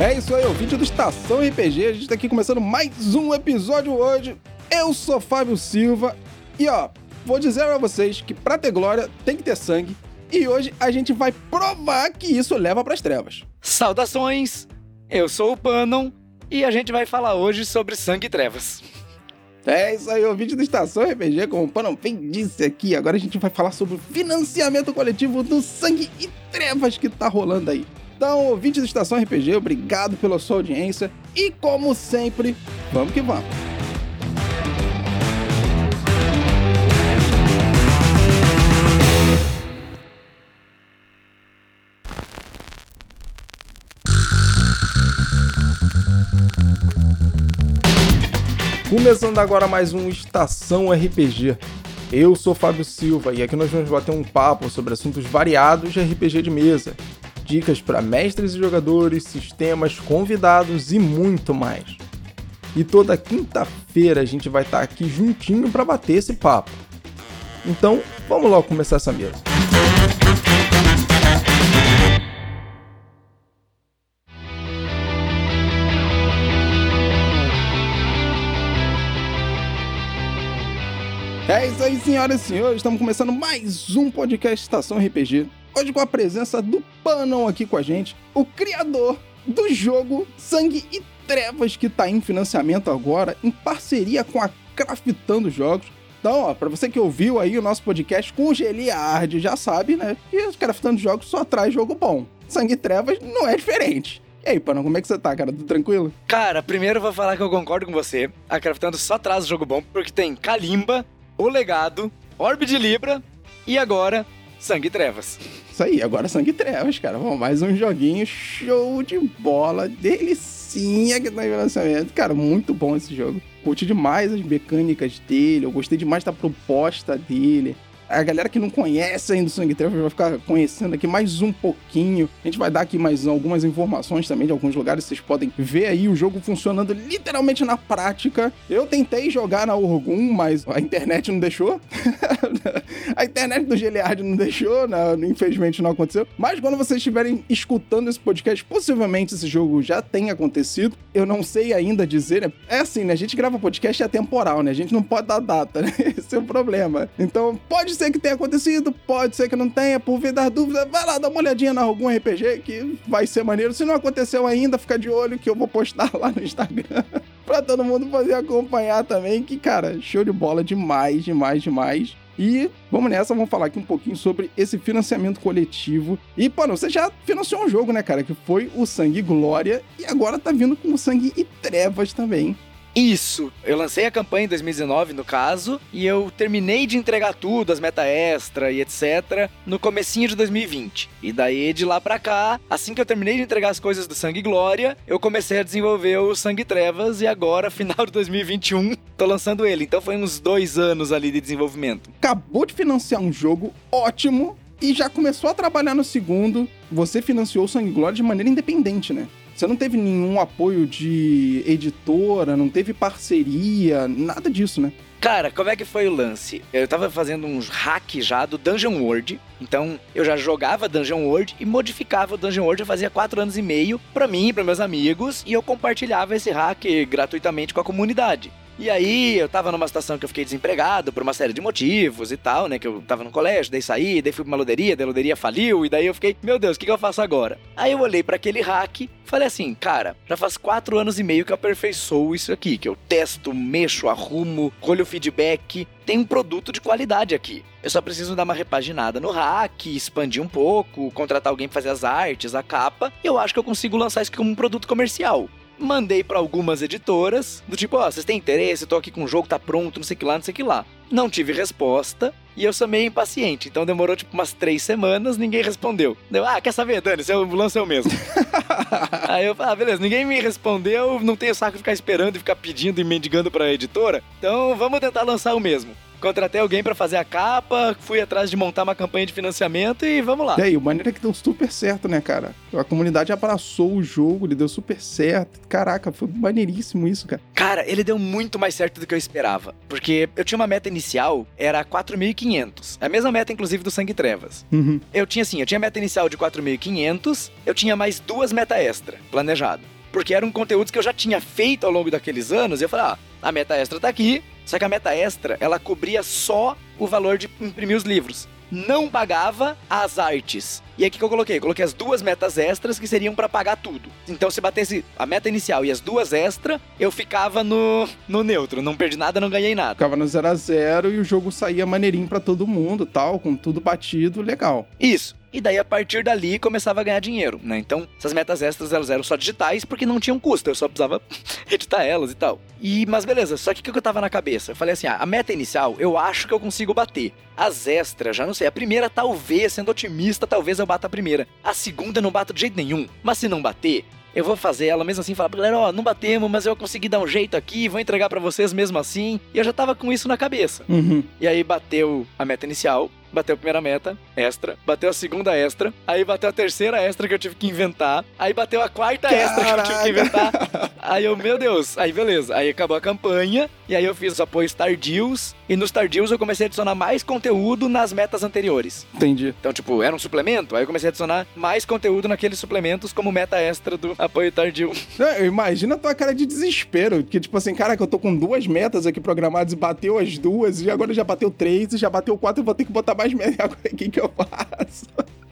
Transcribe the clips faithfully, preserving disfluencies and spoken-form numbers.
É isso aí, ouvinte do Estação R P G, a gente tá aqui começando mais um episódio hoje. Eu sou Fábio Silva e ó, vou dizer pra vocês que pra ter glória tem que ter sangue e hoje a gente vai provar que isso leva pras trevas. Saudações, eu sou o Panon e a gente vai falar hoje sobre sangue e trevas. É isso aí, ouvinte do Estação R P G, como o Panon bem disse aqui, agora a gente vai falar sobre o financiamento coletivo do sangue e trevas que tá rolando aí. Então, ouvinte do Estação R P G, obrigado pela sua audiência e, como sempre, vamos que vamos. Começando agora mais um Estação R P G. Eu sou Fábio Silva e aqui nós vamos bater um papo sobre assuntos variados de R P G de mesa. Dicas para mestres e jogadores, sistemas, convidados e muito mais. E toda quinta-feira a gente vai estar aqui juntinho para bater esse papo. Então, vamos logo começar essa mesa. É isso aí, senhoras e senhores, estamos começando mais um podcast Estação R P G. Hoje com a presença do Panon aqui com a gente, o criador do jogo Sangue e Trevas, que está em financiamento agora, em parceria com a Craftando Jogos. Então, ó, para você que ouviu aí o nosso podcast com o Geliard, já sabe, né, que a Craftando Jogos só traz jogo bom. Sangue e Trevas não é diferente. E aí, Panon, como é que você tá, cara? Tudo tranquilo? Cara, primeiro eu vou falar que eu concordo com você. A Craftando só traz jogo bom porque tem Kalimba, O Legado, Orbe de Libra e agora Sangue e Trevas. Isso aí, agora Sangue e Trevas, cara. Vamos, mais um joguinho show de bola, delicinha que tá em lançamento. Cara, muito bom esse jogo. Curti demais as mecânicas dele, eu gostei demais da proposta dele. A galera que não conhece ainda o Sangue e Trevas vai ficar conhecendo aqui mais um pouquinho. A gente vai dar aqui mais algumas informações também de alguns lugares. Vocês podem ver aí o jogo funcionando literalmente na prática. Eu tentei jogar na Orgum, mas a internet não deixou. A internet do Geliard não deixou, não, infelizmente não aconteceu. Mas quando vocês estiverem escutando esse podcast, possivelmente esse jogo já tenha acontecido. Eu não sei ainda dizer, né? É assim, né? A gente grava podcast atemporal, né? A gente não pode dar data, né? Esse é o problema. Então, pode ser que tenha acontecido, pode ser que não tenha, por vir das dúvidas, vai lá dar uma olhadinha na algum R P G que vai ser maneiro. Se não aconteceu ainda, fica de olho que eu vou postar lá no Instagram pra todo mundo poder acompanhar também, que, cara, show de bola demais, demais, demais. E vamos nessa, vamos falar aqui um pouquinho sobre esse financiamento coletivo. E, pô, você já financiou um jogo, né, cara, que foi o Sangue e Glória, e agora tá vindo com o Sangue e Trevas também. Isso, eu lancei a campanha em dois mil e dezenove, no caso, e eu terminei de entregar tudo, as meta extra e etcétera, no comecinho de dois mil e vinte. E daí, de lá pra cá, assim que eu terminei de entregar as coisas do Sangue e Glória, eu comecei a desenvolver o Sangue e Trevas, e agora, final de dois mil e vinte e um, tô lançando ele. Então foi uns dois anos ali de desenvolvimento. Acabou de financiar um jogo ótimo, e já começou a trabalhar no segundo. Você financiou o Sangue e Glória de maneira independente, né? Você não teve nenhum apoio de editora, não teve parceria, nada disso, né? Cara, como é que foi o lance? Eu tava fazendo uns hack já do Dungeon World, então eu já jogava Dungeon World e modificava o Dungeon World, eu fazia quatro anos e meio pra mim e pros meus amigos, e eu compartilhava esse hack gratuitamente com a comunidade. E aí, eu tava numa situação que eu fiquei desempregado por uma série de motivos e tal, né? Que eu tava no colégio, daí saí, daí fui pra uma loderia, daí a loderia faliu, e daí eu fiquei, meu Deus, o que, que eu faço agora? Aí eu olhei pra aquele hack, falei assim, cara, já faz quatro anos e meio que eu aperfeiçoo isso aqui, que eu testo, mexo, arrumo, colho feedback, tem um produto de qualidade aqui. Eu só preciso dar uma repaginada no hack, expandir um pouco, contratar alguém pra fazer as artes, a capa, e eu acho que eu consigo lançar isso aqui como um produto comercial. Mandei pra algumas editoras, do tipo, ó, oh, vocês têm interesse? Eu tô aqui com o jogo, tá pronto, não sei o que lá, não sei o que lá. Não tive resposta e eu sou meio impaciente, então demorou tipo umas três semanas, ninguém respondeu. Deu, ah, quer saber, Dani, seu lance é o mesmo. Aí eu falei, ah, beleza, ninguém me respondeu, não tenho saco de ficar esperando e ficar pedindo e mendigando pra editora, então vamos tentar lançar o mesmo. Contratei alguém pra fazer a capa, fui atrás de montar uma campanha de financiamento e vamos lá. E aí, o maneiro é que deu super certo, né, cara? A comunidade abraçou o jogo, ele deu super certo. Caraca, foi maneiríssimo isso, cara. Cara, ele deu muito mais certo do que eu esperava. Porque eu tinha uma meta inicial, era quatro mil e quinhentos. É a mesma meta, inclusive, do Sangue e Trevas. Uhum. Eu tinha assim, eu tinha meta inicial de quatro mil e quinhentos, eu tinha mais duas meta extra, planejado. porque eram conteúdos que eu já tinha feito ao longo daqueles anos, e eu falei, ah, a meta extra tá aqui, só que a meta extra, ela cobria só o valor de imprimir os livros. Não pagava as artes. E aí o que, que eu coloquei? Eu coloquei as duas metas extras que seriam pra pagar tudo. Então se batesse a meta inicial e as duas extras, eu ficava no, no neutro. Não perdi nada, não ganhei nada. Ficava no zero a zero e o jogo saía maneirinho pra todo mundo, tal, com tudo batido, legal. Isso. E daí, a partir dali, começava a ganhar dinheiro, né? Então, essas metas extras, elas eram só digitais, porque não tinham custo. Eu só precisava editar elas e tal. E, mas beleza, só que o que eu tava na cabeça? Eu falei assim, ah, a meta inicial, eu acho que eu consigo bater. As extras, já não sei. A primeira, talvez, sendo otimista, talvez eu bata a primeira. A segunda, eu não bato de jeito nenhum. Mas se não bater, eu vou fazer ela mesmo assim, falar pra galera, ó, oh, não batemos, mas eu consegui dar um jeito aqui, vou entregar pra vocês mesmo assim. E eu já tava com isso na cabeça. Uhum. E aí, bateu a meta inicial. Bateu a primeira meta, extra. Bateu a segunda extra. Aí bateu a terceira extra que eu tive que inventar. Aí bateu a quarta Caraca. extra que eu tive que inventar. Aí eu, meu Deus. Aí beleza. Aí acabou a campanha. E aí eu fiz os apoios tardios. E nos tardios eu comecei a adicionar mais conteúdo nas metas anteriores. Entendi. Então, tipo, era um suplemento. Aí eu comecei a adicionar mais conteúdo naqueles suplementos como meta extra do apoio tardio. Eu imagino a tua cara de desespero. Que tipo assim, caraca, eu tô com duas metas aqui programadas e bateu as duas. E agora já bateu três e já bateu quatro. Eu vou ter que botar mais metas. Agora o que que eu faço?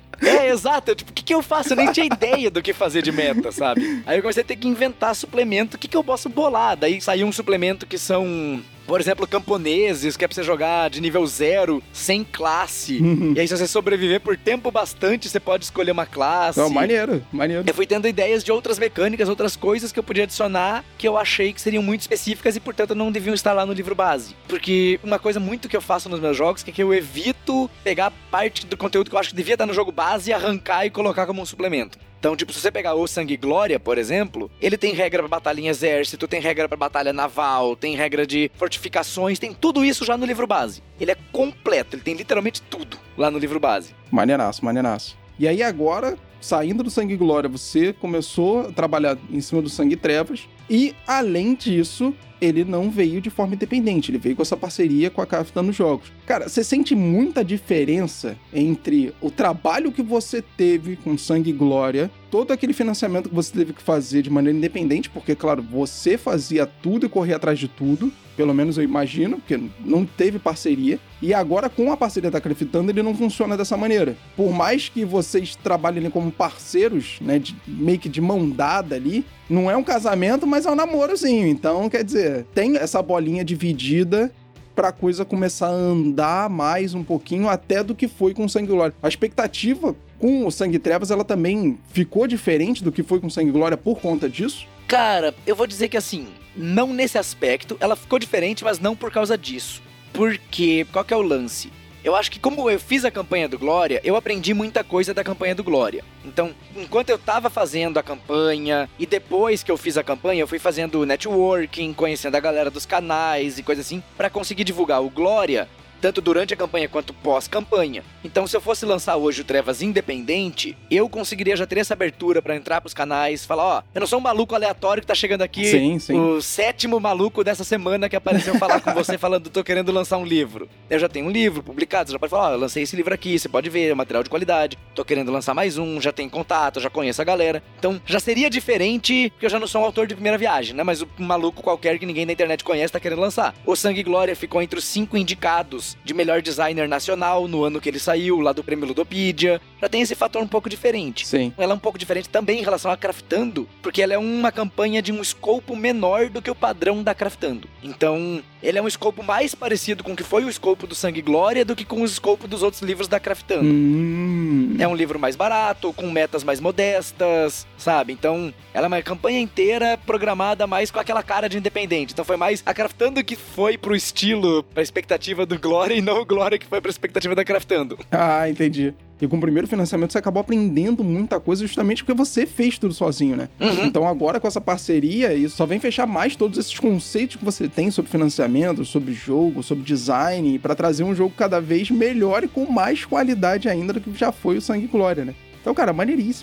É, exato. Tipo, o que que eu faço? Eu nem tinha ideia do que fazer de meta, sabe? Aí eu comecei a ter que inventar suplemento. O que que eu posso bolar? Daí saiu um suplemento que são... Por exemplo, camponeses, que é pra você jogar de nível zero, sem classe. Uhum. E aí, se você sobreviver por tempo bastante, você pode escolher uma classe. Não, maneiro, maneiro. Eu fui tendo ideias de outras mecânicas, outras coisas que eu podia adicionar, que eu achei que seriam muito específicas e, portanto, não deviam estar lá no livro base. Porque uma coisa muito que eu faço nos meus jogos é que eu evito pegar parte do conteúdo que eu acho que devia estar no jogo base e arrancar e colocar como um suplemento. Então, tipo, se você pegar o Sangue e Glória, por exemplo, ele tem regra pra batalha em exército, tem regra pra batalha naval, tem regra de fortificações, tem tudo isso já no livro base. Ele é completo, ele tem literalmente tudo lá no livro base. Maneiraço, maneiraço. E aí agora, saindo do Sangue e Glória, você começou a trabalhar em cima do Sangue e Trevas. E, além disso, ele não veio de forma independente. Ele veio com essa parceria com a Craftando Jogos. Cara, você sente muita diferença entre o trabalho que você teve com Sangue e Glória, todo aquele financiamento que você teve que fazer de maneira independente, porque, claro, você fazia tudo e corria atrás de tudo, pelo menos eu imagino, porque não teve parceria. E agora, com a parceria da Craftando, ele não funciona dessa maneira. Por mais que vocês trabalhem ali como parceiros, né, de, meio que de mão dada ali, não é um casamento, mas é um namorozinho. Então, quer dizer, tem essa bolinha dividida pra coisa começar a andar mais um pouquinho, até do que foi com o Sangue e Glória. A expectativa com o Sangue e Trevas, ela também ficou diferente do que foi com o Sangue e Glória por conta disso? Cara, eu vou dizer que assim, não nesse aspecto, ela ficou diferente, mas não por causa disso. Porque, qual que é o lance? Eu acho que como eu fiz a campanha do Glória, eu aprendi muita coisa da campanha do Glória. Então, enquanto eu tava fazendo a campanha, e depois que eu fiz a campanha, eu fui fazendo networking, conhecendo a galera dos canais e coisa assim, pra conseguir divulgar o Glória, tanto durante a campanha quanto pós-campanha. Então, se eu fosse lançar hoje o Trevas independente, eu conseguiria já ter essa abertura pra entrar pros canais, falar, ó, eu não sou um maluco aleatório que tá chegando aqui, sim, sim. o sétimo maluco dessa semana que apareceu falar com você falando, tô querendo lançar um livro. Eu já tenho um livro publicado, você já pode falar, ó, eu lancei esse livro aqui, você pode ver, é material de qualidade, tô querendo lançar mais um, já tem contato, já conheço a galera. Então, já seria diferente, porque eu já não sou um autor de primeira viagem, né, mas um maluco qualquer que ninguém na internet conhece tá querendo lançar. O Sangue e Glória ficou entre os cinco indicados de melhor designer nacional no ano que ele saiu, lá do Prêmio Ludopedia. Já tem esse fator um pouco diferente. Sim. Ela é um pouco diferente também em relação a Craftando, porque ela é uma campanha de um escopo menor do que o padrão da Craftando. Então, ele é um escopo mais parecido com o que foi o escopo do Sangue e Glória do que com o escopo dos outros livros da Craftando. Hum. É um livro mais barato, com metas mais modestas, sabe? Então, ela é uma campanha inteira programada mais com aquela cara de independente. Então, foi mais a Craftando que foi pro estilo, pra expectativa do Glória, e não o Glória que foi pra expectativa da Craftando. Ah, entendi. E com o primeiro financiamento você acabou aprendendo muita coisa justamente porque você fez tudo sozinho, né? Uhum. Então agora com essa parceria, isso só vem fechar mais todos esses conceitos que você tem sobre financiamento, sobre jogo, sobre design, pra trazer um jogo cada vez melhor e com mais qualidade ainda do que já foi o Sangue e Glória, né? Então, cara, maneiríssimo.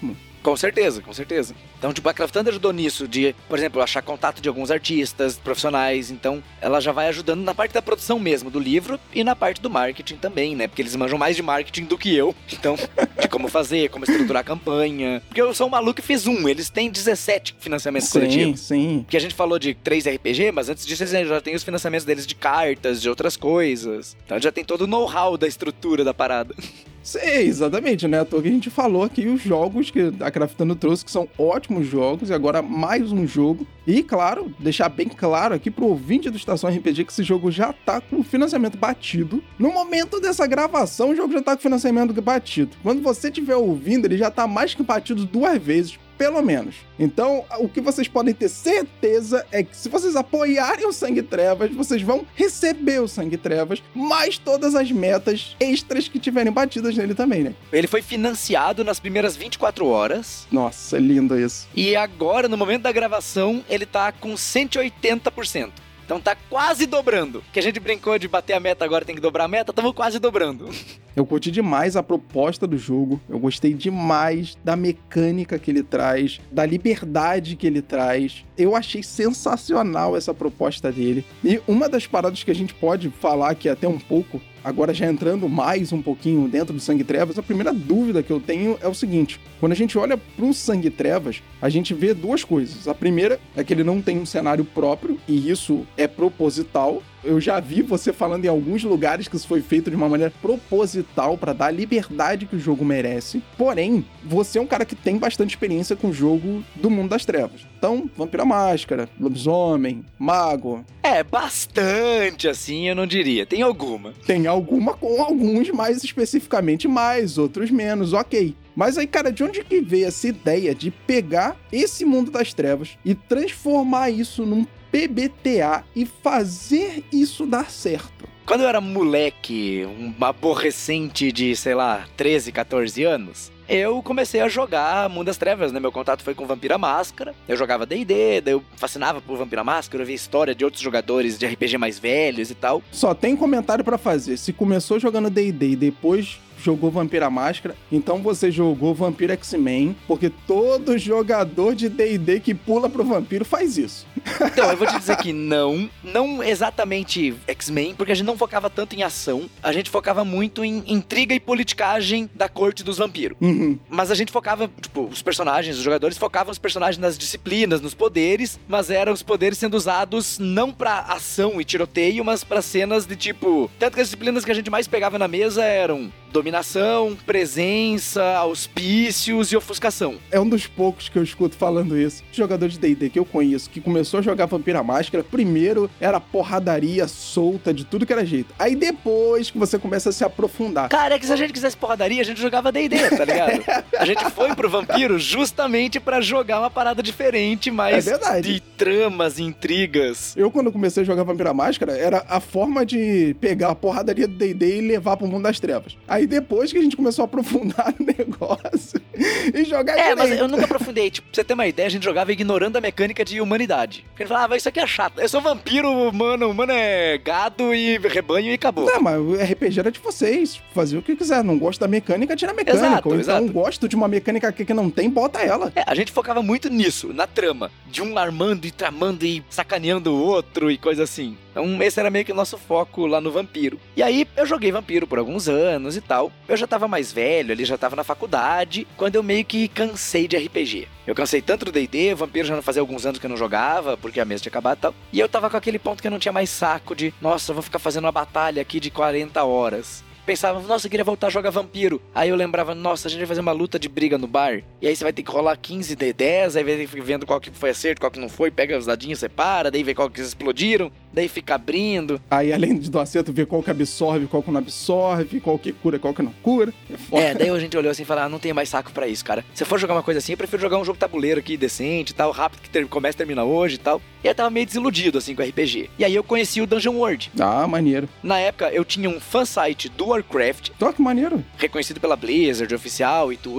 Com certeza, com certeza. Então, tipo, a Craftando ajudou nisso, de, por exemplo, achar contato de alguns artistas profissionais. Então, ela já vai ajudando na parte da produção mesmo do livro e na parte do marketing também, né? Porque eles manjam mais de marketing do que eu. Então, de como fazer, como estruturar a campanha. Porque eu sou um maluco que fiz um, eles têm dezessete financiamentos sim, coletivos. Sim, sim. Porque a gente falou de três R P G, mas antes disso eles já têm os financiamentos deles de cartas, de outras coisas. Então, já tem todo o know-how da estrutura da parada. Sim, exatamente, né? À toa que a gente falou aqui os jogos que a Craftando trouxe, que são ótimos jogos, e agora mais um jogo. E, claro, deixar bem claro aqui pro ouvinte do Estação R P G que esse jogo já tá com o financiamento batido. No momento dessa gravação, o jogo já tá com o financiamento batido. Quando você estiver ouvindo, ele já tá mais que batido duas vezes, pelo menos. Então, o que vocês podem ter certeza é que se vocês apoiarem o Sangue Trevas, vocês vão receber o Sangue Trevas, mais todas as metas extras que tiverem batidas nele também, né? Ele foi financiado nas primeiras vinte e quatro horas. Nossa, é lindo isso. E agora, no momento da gravação, ele tá com cento e oitenta por cento. Então tá quase dobrando. Que a gente brincou de bater a meta, agora tem que dobrar a meta, estamos quase dobrando. Eu curti demais a proposta do jogo, eu gostei demais da mecânica que ele traz, da liberdade que ele traz. Eu achei sensacional essa proposta dele. E uma das paradas que a gente pode falar aqui até um pouco, agora já entrando mais um pouquinho dentro do Sangue Trevas, a primeira dúvida que eu tenho é o seguinte: quando a gente olha pro Sangue Trevas, a gente vê duas coisas. A primeira é que ele não tem um cenário próprio, e isso é proposital. Eu já vi você falando em alguns lugares que isso foi feito de uma maneira proposital para dar a liberdade que o jogo merece. Porém, você é um cara que tem bastante experiência com o jogo do mundo das trevas. Então, Vampira Máscara, Lobisomem, Mago... É, bastante assim, eu não diria. Tem alguma. Tem alguma com alguns mais especificamente mais, outros menos, ok. Mas aí, cara, de onde que veio essa ideia de pegar esse mundo das trevas e transformar isso num P B T A e fazer isso dar certo? Quando eu era moleque, um aborrecente de, sei lá, treze, quatorze anos, eu comecei a jogar Mundo das Trevas, né? Meu contato foi com Vampira Máscara. Eu jogava D e D, daí eu fascinava por Vampira Máscara, eu via história de outros jogadores de R P G mais velhos e tal. Só tem comentário pra fazer. Se começou jogando D e D e depois jogou Vampira Máscara, então você jogou Vampiro X-Men, porque todo jogador de D e D que pula pro vampiro faz isso. Então, eu vou te dizer que não, não exatamente X-Men, porque a gente não focava tanto em ação, a gente focava muito em intriga e politicagem da corte dos vampiros. Uhum. Mas a gente focava, tipo, os personagens, os jogadores focavam os personagens nas disciplinas, nos poderes, mas eram os poderes sendo usados não pra ação e tiroteio, mas pra cenas de tipo... Tanto que as disciplinas que a gente mais pegava na mesa eram dominação, presença, auspícios e ofuscação. É um dos poucos que eu escuto falando isso. Jogador de D e D que eu conheço, que começou a jogar Vampira Máscara, primeiro era porradaria solta de tudo que era jeito. Aí depois que você começa a se aprofundar. Cara, é que se a gente quisesse porradaria, a gente jogava D e D, tá ligado? A gente foi pro vampiro justamente pra jogar uma parada diferente, mas é de tramas, intrigas. Eu, quando comecei a jogar Vampira Máscara, era a forma de pegar a porradaria do D e D e levar pro mundo das trevas. Aí depois que a gente começou a aprofundar no negócio e jogar É, direito. mas eu nunca aprofundei. Tipo, pra você ter uma ideia, a gente jogava ignorando a mecânica de humanidade. Porque a gente falava, ah, isso aqui é chato. Eu sou vampiro, mano, mano é gado e rebanho e acabou. Não, mas o R P G era de vocês. Fazer o que quiser. Não gosto da mecânica, tira a mecânica. Exato, Ou então exato. gosto de uma mecânica que não tem, bota ela. É, a gente focava muito nisso, na trama. De um armando e tramando e sacaneando o outro e coisa assim. Então esse era meio que o nosso foco lá no Vampiro. E aí eu joguei Vampiro por alguns anos e tal. Eu já tava mais velho, ali já tava na faculdade, quando eu meio que cansei de R P G. Eu cansei tanto do D e D, Vampiro já não fazia alguns anos que eu não jogava, porque a mesa tinha acabado e tal. E eu tava com aquele ponto que eu não tinha mais saco de, nossa, eu vou ficar fazendo uma batalha aqui de quarenta horas. Pensava, nossa, eu queria voltar a jogar Vampiro. Aí eu lembrava, nossa, a gente vai fazer uma luta de briga no bar. E aí você vai ter que rolar quinze D dez, aí vai ter que ficar vendo qual que foi acerto, qual que não foi, pega os dadinhos, separa, daí vê qual que explodiram, daí fica abrindo. Aí, além do acerto, ver qual que absorve, qual que não absorve, qual que cura, qual que não cura. É, foda. É, daí a gente olhou assim e falou, ah, não tenho mais saco pra isso, cara. Se eu for jogar uma coisa assim, eu prefiro jogar um jogo tabuleiro aqui, decente e tal, rápido, que ter- começa e termina hoje e tal. E eu tava meio desiludido, assim, com R P G. E aí eu conheci o Dungeon World. Ah, maneiro. Na época, eu tinha um fansite do Warcraft, Então, que maneiro. reconhecido pela Blizzard, oficial e tudo.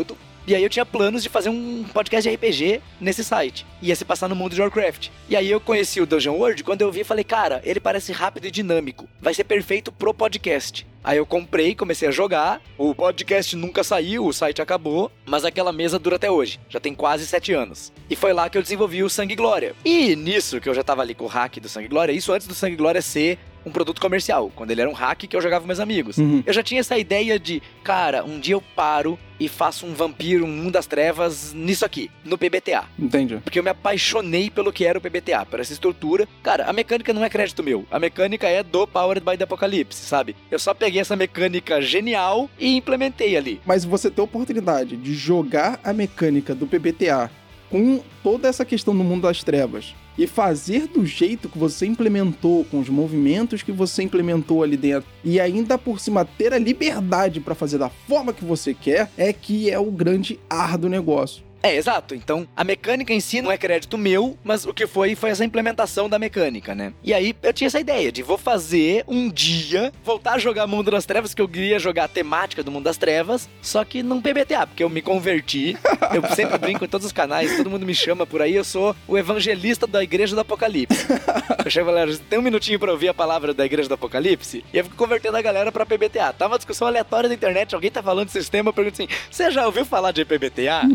E aí eu tinha planos de fazer um podcast de R P G nesse site. Ia se passar no mundo de Warcraft. E aí eu conheci o Dungeon World, quando eu vi, falei, cara, ele parece rápido e dinâmico. Vai ser perfeito pro podcast. Aí eu comprei, comecei a jogar, o podcast nunca saiu, o site acabou, mas aquela mesa dura até hoje, já tem quase sete anos. E foi lá que eu desenvolvi o Sangue e Glória. E nisso que eu já tava ali com o hack do Sangue e Glória, isso antes do Sangue e Glória ser um produto comercial, quando ele era um hack que eu jogava com meus amigos. Uhum. Eu já tinha essa ideia de, cara, um dia eu paro e faço um vampiro, um mundo das trevas nisso aqui, no P B T A. Entendi. Porque eu me apaixonei pelo que era o P B T A, por essa estrutura. Cara, a mecânica não é crédito meu. A mecânica é do Powered by the Apocalypse, sabe? Eu só peguei essa mecânica genial e implementei ali. Mas você ter a oportunidade de jogar a mecânica do P B T A com toda essa questão do mundo das trevas e fazer do jeito que você implementou, com os movimentos que você implementou ali dentro, e ainda por cima ter a liberdade para fazer da forma que você quer, é que é o grande ar do negócio. É, exato. Então, a mecânica em si não é crédito meu, mas o que foi, foi essa implementação da mecânica, né? E aí, eu tinha essa ideia de vou fazer um dia, voltar a jogar Mundo das Trevas, que eu queria jogar a temática do Mundo das Trevas, só que não P B T A, porque eu me converti. Eu sempre brinco em todos os canais, todo mundo me chama por aí, eu sou o evangelista da Igreja do Apocalipse. Eu chego, galera, tem um minutinho pra ouvir a palavra da Igreja do Apocalipse? E eu fico convertendo a galera pra P B T A. Tá uma discussão aleatória na internet, alguém tá falando de sistema, eu pergunto assim, você já ouviu falar de P B T A?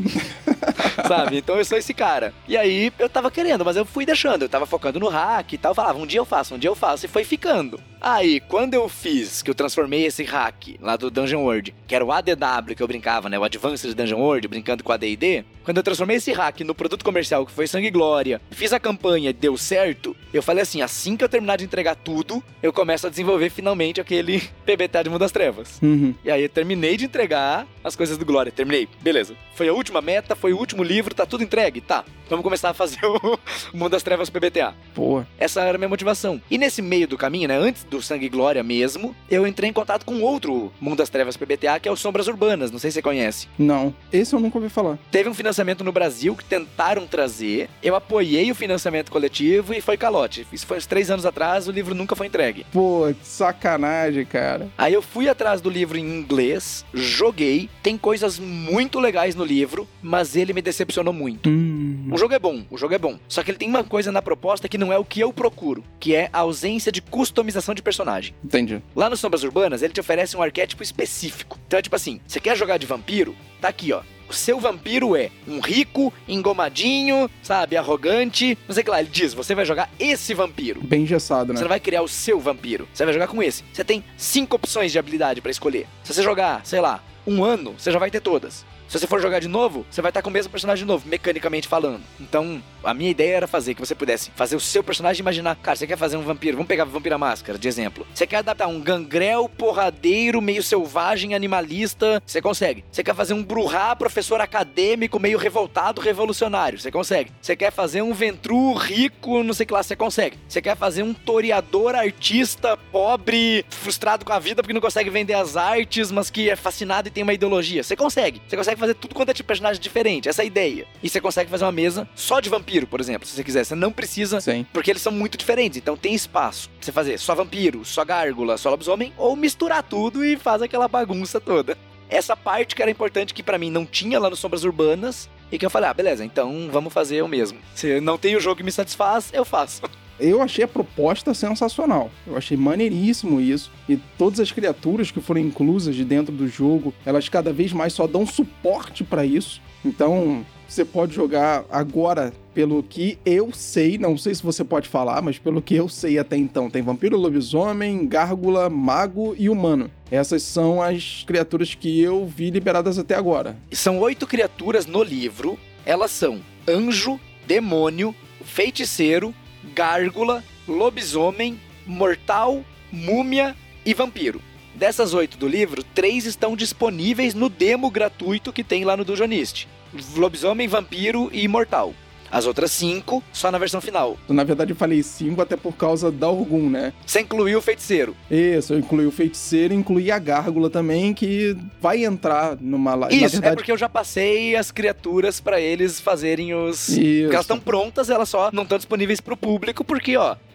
Sabe? Então eu sou esse cara. E aí eu tava querendo, mas eu fui deixando. Eu tava focando no hack e tal. Falava, um dia eu faço, um dia eu faço. E foi ficando. Aí, quando eu fiz, que eu transformei esse hack lá do Dungeon World, que era o A D W que eu brincava, né? O Advanced Dungeon World, brincando com a D e D. Quando eu transformei esse hack no produto comercial, que foi Sangue e Glória, fiz a campanha e deu certo, eu falei assim, assim que eu terminar de entregar tudo, eu começo a desenvolver finalmente aquele P B T A de Mundo das Trevas. Uhum. E aí eu terminei de entregar as coisas do Glória. Terminei. Beleza. Foi a última meta, foi o último livro, tá tudo entregue? Tá. Vamos começar a fazer o Mundo das Trevas P B T A. Pô. Essa era a minha motivação. E nesse meio do caminho, né, antes do Sangue e Glória mesmo, eu entrei em contato com outro Mundo das Trevas P B T A, que é o Sombras Urbanas. Não sei se você conhece. Não. Esse eu nunca ouvi falar. Teve um financiamento no Brasil que tentaram trazer. Eu apoiei o financiamento coletivo e foi calote. Isso foi uns três anos atrás, o livro nunca foi entregue. Pô, que sacanagem, cara. Aí eu fui atrás do livro em inglês, joguei, tem coisas muito legais no livro, mas ele me decepcionou muito. Hum. O jogo é bom, o jogo é bom. Só que ele tem uma coisa na proposta que não é o que eu procuro, que é a ausência de customização de personagem. Entendi. Lá no Sombras Urbanas, ele te oferece um arquétipo específico. Então é tipo assim, você quer jogar de vampiro? Tá aqui, ó. O seu vampiro é um rico, engomadinho, sabe, arrogante, não sei o que lá. Ele diz, você vai jogar esse vampiro. Bem engessado, né? Você não vai criar o seu vampiro, você vai jogar com esse. Você tem cinco opções de habilidade pra escolher. Se você jogar, sei lá, um ano, você já vai ter todas. Se você for jogar de novo, você vai estar com o mesmo personagem de novo, mecanicamente falando. Então, a minha ideia era fazer que você pudesse fazer o seu personagem e imaginar, cara, você quer fazer um vampiro, vamos pegar Vampira Máscara, de exemplo. Você quer adaptar um gangrel, porradeiro, meio selvagem, animalista, você consegue. Você quer fazer um bruhá, professor acadêmico, meio revoltado, revolucionário, você consegue. Você quer fazer um ventru rico, não sei o que lá, você consegue. Você quer fazer um toreador, artista, pobre, frustrado com a vida porque não consegue vender as artes, mas que é fascinado e tem uma ideologia, você consegue. Você consegue fazer tudo quanto é tipo de personagem diferente, essa é a ideia. E você consegue fazer uma mesa só de vampiro, por exemplo, se você quiser. Você não precisa, Sim. porque eles são muito diferentes, então tem espaço pra você fazer só vampiro, só gárgula, só lobisomem, ou misturar tudo e faz aquela bagunça toda. Essa parte que era importante, que pra mim não tinha lá no Sombras Urbanas, e que eu falei, ah, beleza, então vamos fazer o mesmo. Se não tem o jogo que me satisfaz, eu faço. Eu achei a proposta sensacional. Eu achei maneiríssimo isso. E todas as criaturas que foram inclusas de dentro do jogo, elas cada vez mais só dão suporte pra isso. Então, você pode jogar agora, pelo que eu sei, não sei se você pode falar, mas pelo que eu sei até então, tem vampiro, lobisomem, gárgula, mago e humano. Essas são as criaturas que eu vi liberadas até agora. São oito criaturas no livro. Elas são anjo, demônio, feiticeiro, gárgula, lobisomem, mortal, múmia e vampiro. Dessas oito do livro, três estão disponíveis no demo gratuito que tem lá no Dungeonist. Lobisomem, vampiro e imortal. As outras cinco, só na versão final. Na verdade, eu falei cinco até por causa da Orgum, né? Você incluiu o feiticeiro. Isso, eu incluí o feiticeiro e incluí a gárgula também, que vai entrar numa... Isso, na verdade... é porque eu já passei as criaturas pra eles fazerem os... Isso. Porque elas estão prontas, elas só não estão disponíveis pro público, porque, ó,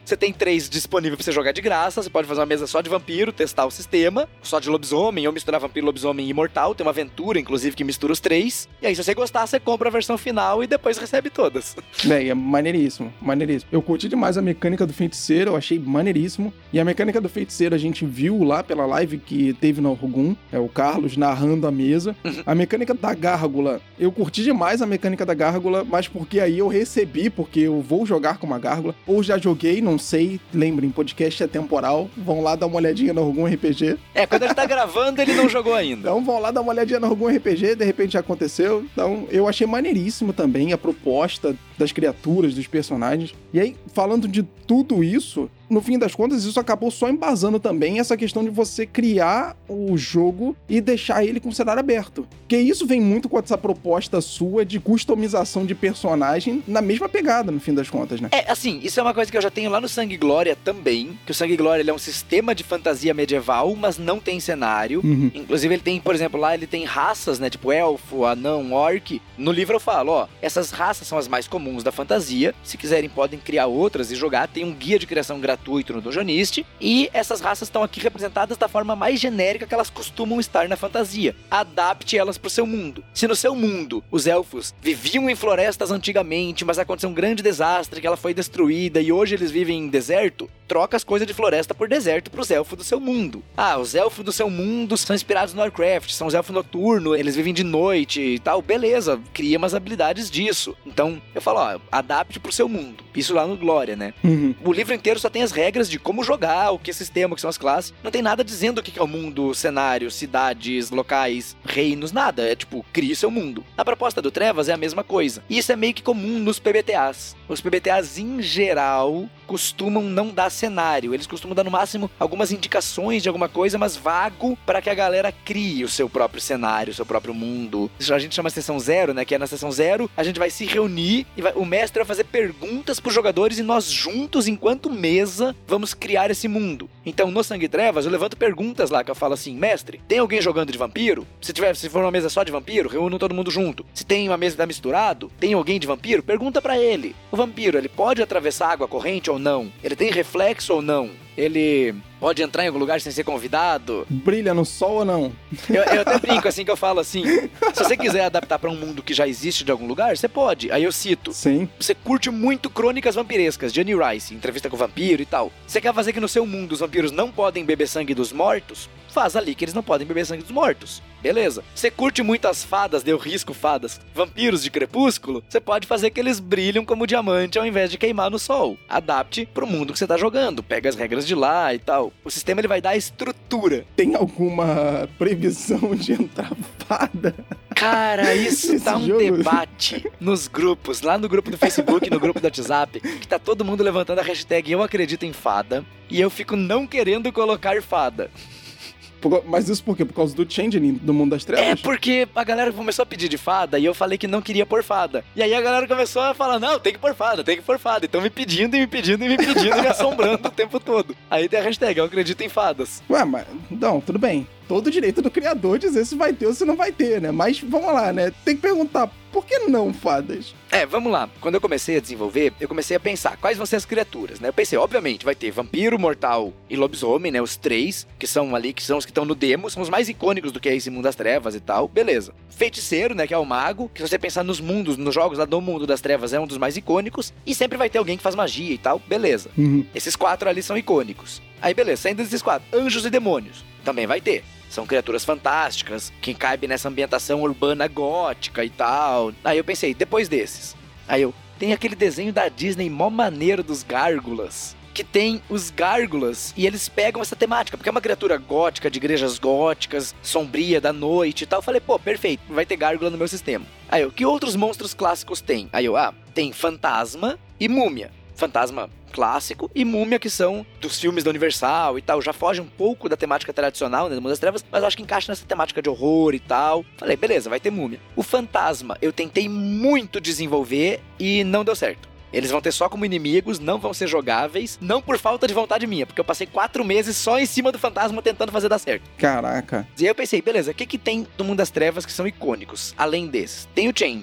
Você tem três disponível pra você jogar de graça, você pode fazer uma mesa só de vampiro, testar o sistema, só de lobisomem, ou misturar vampiro, lobisomem e imortal, tem uma aventura, inclusive, que mistura os três, e aí se você gostar, você compra a versão final e depois recebe todas. Bem, é maneiríssimo, maneiríssimo. Eu curti demais a mecânica do feiticeiro, eu achei maneiríssimo, e a mecânica do feiticeiro a gente viu lá pela live que teve no Orgum, é o Carlos narrando a mesa. Uhum. A mecânica da gárgula, eu curti demais a mecânica da gárgula, mas porque aí eu recebi, porque eu vou jogar com uma gárgula, ou já joguei, não sei, lembrem, podcast é temporal, vão lá dar uma olhadinha no Orgum R P G. É, quando ele tá gravando, ele não jogou ainda. Então vão lá dar uma olhadinha no Orgum R P G, de repente já aconteceu. Então eu achei maneiríssimo também a proposta das criaturas, dos personagens. E aí, falando de tudo isso, no fim das contas, isso acabou só embasando também essa questão de você criar o jogo e deixar ele com o cenário aberto. Porque isso vem muito com essa proposta sua de customização de personagem na mesma pegada, no fim das contas, né? É, assim, isso é uma coisa que eu já tenho lá no Sangue e Glória também, que o Sangue e Glória ele é um sistema de fantasia medieval, mas não tem cenário. Uhum. Inclusive, ele tem, por exemplo, lá ele tem raças, né, tipo elfo, anão, orc. No livro eu falo, ó, essas raças são as mais comuns da fantasia. Se quiserem, podem criar outras e jogar. Tem um guia de criação gratuito no Dungeonist. E essas raças estão aqui representadas da forma mais genérica que elas costumam estar na fantasia. Adapte elas pro seu mundo. Se no seu mundo os elfos viviam em florestas antigamente, mas aconteceu um grande desastre que ela foi destruída e hoje eles vivem em deserto, troca as coisas de floresta por deserto pros elfos do seu mundo. Ah, os elfos do seu mundo são inspirados no Warcraft, são os elfos noturnos, eles vivem de noite e tal. Beleza, cria umas habilidades disso. Então, eu falo, ó, adapte pro seu mundo. Isso lá no Glória, né? Uhum. O livro inteiro só tem as regras de como jogar, o que é sistema, o que são as classes. Não tem nada dizendo o que é o mundo, cenário, cidades, locais, reinos, nada. É tipo, crie seu mundo. A proposta do Trevas é a mesma coisa. E isso é meio que comum nos P B T As. Os P B T As, em geral, costumam não dar cenário. Eles costumam dar, no máximo, algumas indicações de alguma coisa, mas vago, para que a galera crie o seu próprio cenário, o seu próprio mundo. Isso a gente chama de sessão zero, né? Que é na sessão zero, a gente vai se reunir e vai, o mestre vai fazer perguntas pros jogadores e nós juntos, enquanto mesa, vamos criar esse mundo. Então, no Sangue e Trevas, eu levanto perguntas lá, que eu falo assim, mestre, tem alguém jogando de vampiro? Se tiver, se for uma mesa só de vampiro, reúno todo mundo junto. Se tem uma mesa que tá misturado, tem alguém de vampiro? Pergunta pra ele. O vampiro, ele pode atravessar água corrente ou não? Ele tem reflexo ou não? Ele pode entrar em algum lugar sem ser convidado? Brilha no sol ou não? Eu, eu até brinco assim que eu falo assim, se você quiser adaptar pra um mundo que já existe de algum lugar, você pode. Aí eu cito. Sim. Você curte muito crônicas vampirescas, de Annie Rice, entrevista com o vampiro e tal. Você quer fazer que no seu mundo os vampiros não podem beber sangue dos mortos? Faz ali que eles não podem beber sangue dos mortos. Beleza. Você curte muito as fadas, deu risco fadas, vampiros de crepúsculo? Você pode fazer que eles brilham como diamante ao invés de queimar no sol. Adapte pro mundo que você tá jogando. Pega as regras de lá e tal. O sistema ele vai dar a estrutura. Tem alguma previsão de entrar fada? Cara, isso tá um jogo... debate nos grupos, lá no grupo do Facebook, no grupo do WhatsApp, que tá todo mundo levantando a hashtag Eu Acredito em Fada, e eu fico não querendo colocar fada. Mas isso por quê? Por causa do Changeling do Mundo das Trevas? É porque a galera começou a pedir de fada e eu falei que não queria pôr fada. E aí a galera começou a falar, não, tem que pôr fada, tem que pôr fada. Então me pedindo e me pedindo e me pedindo e me assombrando o tempo todo. Aí tem a hashtag, eu acredito em fadas. Ué, mas, não, tudo bem. Todo o direito do criador dizer se vai ter ou se não vai ter, né? Mas vamos lá, né? Tem que perguntar, por que não fadas? É, vamos lá. Quando eu comecei a desenvolver, eu comecei a pensar quais vão ser as criaturas, né? Eu pensei, obviamente, vai ter vampiro, mortal e lobisomem, né? Os três, que são ali, que são os que estão no demo, são os mais icônicos do que é esse mundo das trevas e tal. Beleza. Feiticeiro, né? Que é o mago, que se você pensar nos mundos, nos jogos lá do mundo das trevas, é um dos mais icônicos. E sempre vai ter alguém que faz magia e tal. Beleza. Uhum. Esses quatro ali são icônicos. Aí, beleza. Saindo desses quatro, anjos e demônios. Também vai ter. São criaturas fantásticas, que caibem nessa ambientação urbana gótica e tal. Aí eu pensei, depois desses. Aí eu, tem aquele desenho da Disney mó maneiro dos gárgulas. Que tem os gárgulas e eles pegam essa temática, porque é uma criatura gótica, de igrejas góticas, sombria, da noite e tal. Eu falei, pô, perfeito, vai ter gárgula no meu sistema. Aí eu, que outros monstros clássicos tem? Aí eu, ah, tem fantasma e múmia. Fantasma clássico e múmia, que são dos filmes da Universal e tal, já foge um pouco da temática tradicional, né, do Mundo das Trevas, mas eu acho que encaixa nessa temática de horror e tal. Falei, beleza, vai ter múmia. O fantasma, eu tentei muito desenvolver e não deu certo. Eles vão ter só como inimigos, não vão ser jogáveis, não por falta de vontade minha, porque eu passei quatro meses só em cima do fantasma tentando fazer dar certo. Caraca. E aí eu pensei, beleza, o que que tem do Mundo das Trevas que são icônicos, além desses? Tem o Changeling.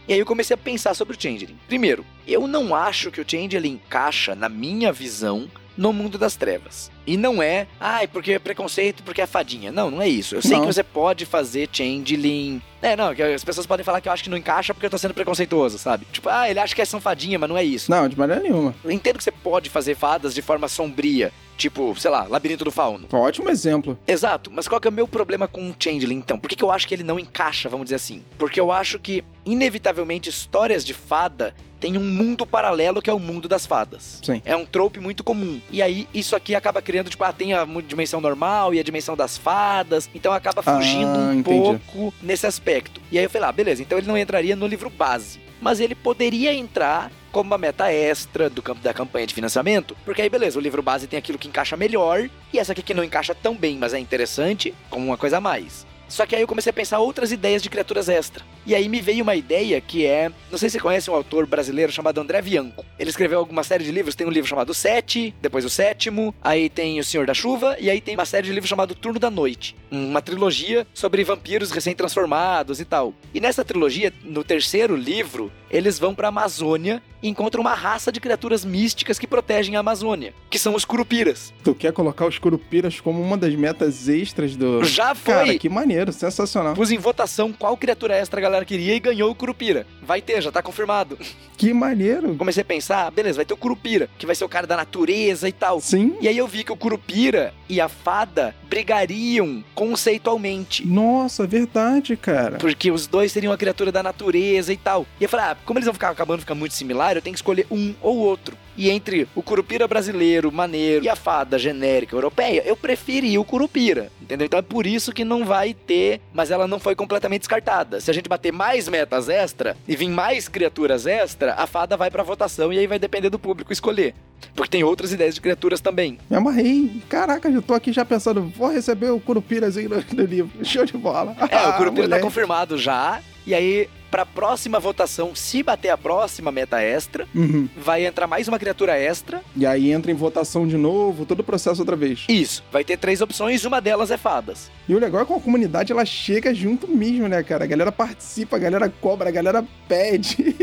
E aí eu comecei a pensar sobre o Changeling. Primeiro, eu não acho que o Changeling encaixa, na minha visão, no mundo das trevas. E não é, ai, ah, porque é preconceito, porque é fadinha. Não, não é isso. Eu sei não. que você pode fazer Changeling... É, não, que as pessoas podem falar que eu acho que não encaixa porque eu tô sendo preconceituoso, sabe? Tipo, ah, ele acha que é são fadinha, mas não é isso. Não, de maneira nenhuma. Eu entendo que você pode fazer fadas de forma sombria, tipo, sei lá, Labirinto do Fauno. Ótimo exemplo. Exato, mas qual que é o meu problema com o Changeling, então? Por que, que eu acho que ele não encaixa, vamos dizer assim? Porque eu acho que, inevitavelmente, histórias de fada têm um mundo paralelo que é o mundo das fadas. Sim. É um trope muito comum. E aí, isso aqui acaba criando, tipo, ah, tem a dimensão normal e a dimensão das fadas, então acaba fugindo ah, um entendi. pouco nesse aspecto. E aí eu falei, ah, beleza, então ele não entraria no livro base. Mas ele poderia entrar como uma meta extra do campo da campanha de financiamento, porque aí beleza, o livro base tem aquilo que encaixa melhor, e essa aqui que não encaixa tão bem, mas é interessante, como uma coisa a mais. Só que aí eu comecei a pensar outras ideias de criaturas extra. E aí me veio uma ideia que é... Não sei se você conhece um autor brasileiro chamado André Bianco. Ele escreveu alguma série de livros. Tem um livro chamado Sete, depois o Sétimo, aí tem O Senhor da Chuva, e aí tem uma série de livros chamado Turno da Noite. Uma trilogia sobre vampiros recém-transformados e tal. E nessa trilogia, no terceiro livro, eles vão pra Amazônia e encontram uma raça de criaturas místicas que protegem a Amazônia, que são os Curupiras. Tu quer colocar os Curupiras como uma das metas extras do... Já foi! Cara, que maneiro, sensacional. Pus em votação qual criatura extra a galera queria e ganhou o Curupira. Vai ter, já tá confirmado. Que maneiro. Comecei a pensar, beleza, vai ter o Curupira, que vai ser o cara da natureza e tal. Sim. E aí eu vi que o Curupira e a fada brigariam conceitualmente. Nossa, verdade, cara. Porque os dois seriam a criatura da natureza e tal. E eu falei, ah, como eles vão ficar acabando ficar muito similar, eu tenho que escolher um ou outro. E entre o Curupira brasileiro, maneiro, e a fada genérica europeia, eu preferi o Curupira, entendeu? Então é por isso que não vai ter, mas ela não foi completamente descartada. Se a gente bater mais metas extra e vir mais criaturas extra, a fada vai pra votação e aí vai depender do público escolher. Porque tem outras ideias de criaturas também. Me amarrei. Caraca, eu tô aqui já pensando, vou receber o Curupirazinho no, no livro. Show de bola. É, o Curupira ah, tá confirmado já. E aí, pra próxima votação, se bater a próxima meta extra, uhum. vai entrar mais uma criatura extra. E aí entra em votação de novo, todo o processo outra vez. Isso. Vai ter três opções, uma delas é fadas. E o legal é que a comunidade, ela chega junto mesmo, né, cara? A galera participa, a galera cobra, a galera pede.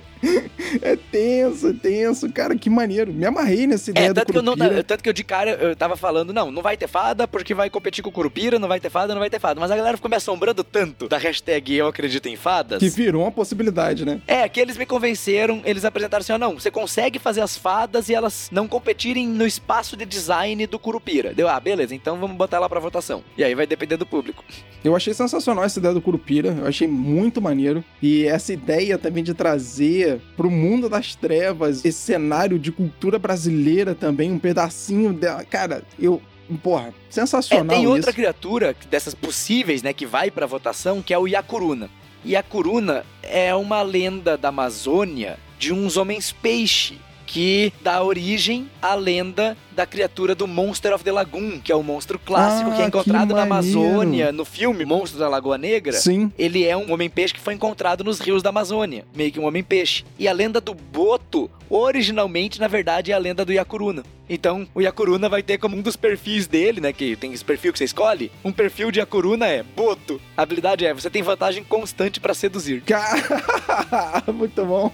É tenso, tenso. Cara, que maneiro. Me amarrei nessa ideia é, tanto do que eu não, Curupira. Tanto que eu de cara, eu tava falando, não, não vai ter fada porque vai competir com o Curupira, não vai ter fada, não vai ter fada. Mas a galera ficou me assombrando tanto da hashtag eu acredito em fadas. Que virou uma possibilidade, né? É, que eles me convenceram, eles apresentaram assim, ó, não, você consegue fazer as fadas e elas não competirem no espaço de design do Curupira. Deu, ah, beleza, então vamos botar lá pra votação. E aí vai depender do público. Eu achei sensacional essa ideia do Curupira, eu achei muito maneiro. E essa ideia também de trazer pro mundo das trevas esse cenário de cultura brasileira também, um pedacinho dela. Cara, eu... Porra, sensacional é, tem outra isso. criatura dessas possíveis, né, que vai pra votação, que é o Yakuruna. Yakuruna é uma lenda da Amazônia de uns homens peixe que dá origem à lenda da criatura do Monster of the Lagoon, que é o monstro clássico ah, que é encontrado que na maneiro. Amazônia, no filme Monstro da Lagoa Negra. Sim. Ele é um homem-peixe que foi encontrado nos rios da Amazônia, meio que um homem-peixe. E a lenda do Boto, originalmente, na verdade, é a lenda do Yakuruna. Então, o Yakuruna vai ter como um dos perfis dele, né, que tem esse perfil que você escolhe, um perfil de Yakuruna é Boto. A habilidade é, você tem vantagem constante pra seduzir. Cara, muito bom.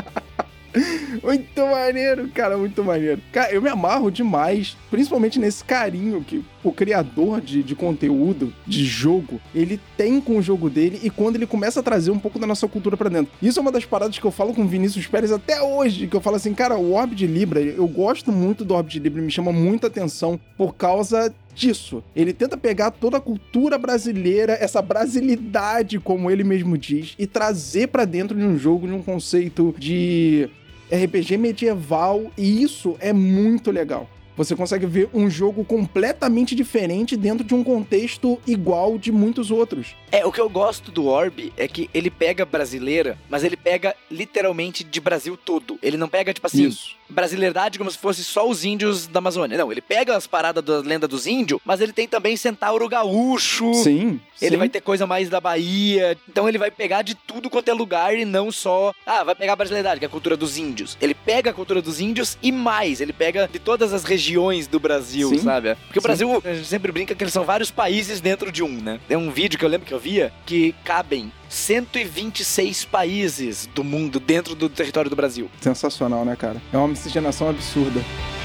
Muito maneiro, cara, muito maneiro. Cara, eu me amarro demais, principalmente nesse carinho que o criador de, de conteúdo, de jogo, ele tem com o jogo dele e quando ele começa a trazer um pouco da nossa cultura pra dentro. Isso é uma das paradas que eu falo com o Vinícius Pérez até hoje, que eu falo assim, cara, o Orbe de Libra, eu gosto muito do Orbe de Libra, me chama muita atenção por causa disso. Ele tenta pegar toda a cultura brasileira, essa brasilidade, como ele mesmo diz, e trazer pra dentro de um jogo, de um conceito de R P G medieval, e isso é muito legal. Você consegue ver um jogo completamente diferente dentro de um contexto igual de muitos outros. É, o que eu gosto do Orbe é que ele pega brasileira, mas ele pega literalmente de Brasil todo. Ele não pega, tipo assim, Isso. brasileiridade como se fosse só os índios da Amazônia. Não, ele pega as paradas da lenda dos índios, mas ele tem também centauro gaúcho. Sim. Ele sim. vai ter coisa mais da Bahia. Então ele vai pegar de tudo quanto é lugar e não só... Ah, vai pegar a brasileiridade, que é a cultura dos índios. Ele pega a cultura dos índios e mais. Ele pega de todas as regiões do Brasil, Sim. sabe? Porque o Sim. Brasil, a gente sempre brinca que eles são vários países dentro de um, né? Tem um vídeo que eu lembro que eu via que cabem cento e vinte e seis países do mundo dentro do território do Brasil. Sensacional, né, cara? É uma miscigenação absurda.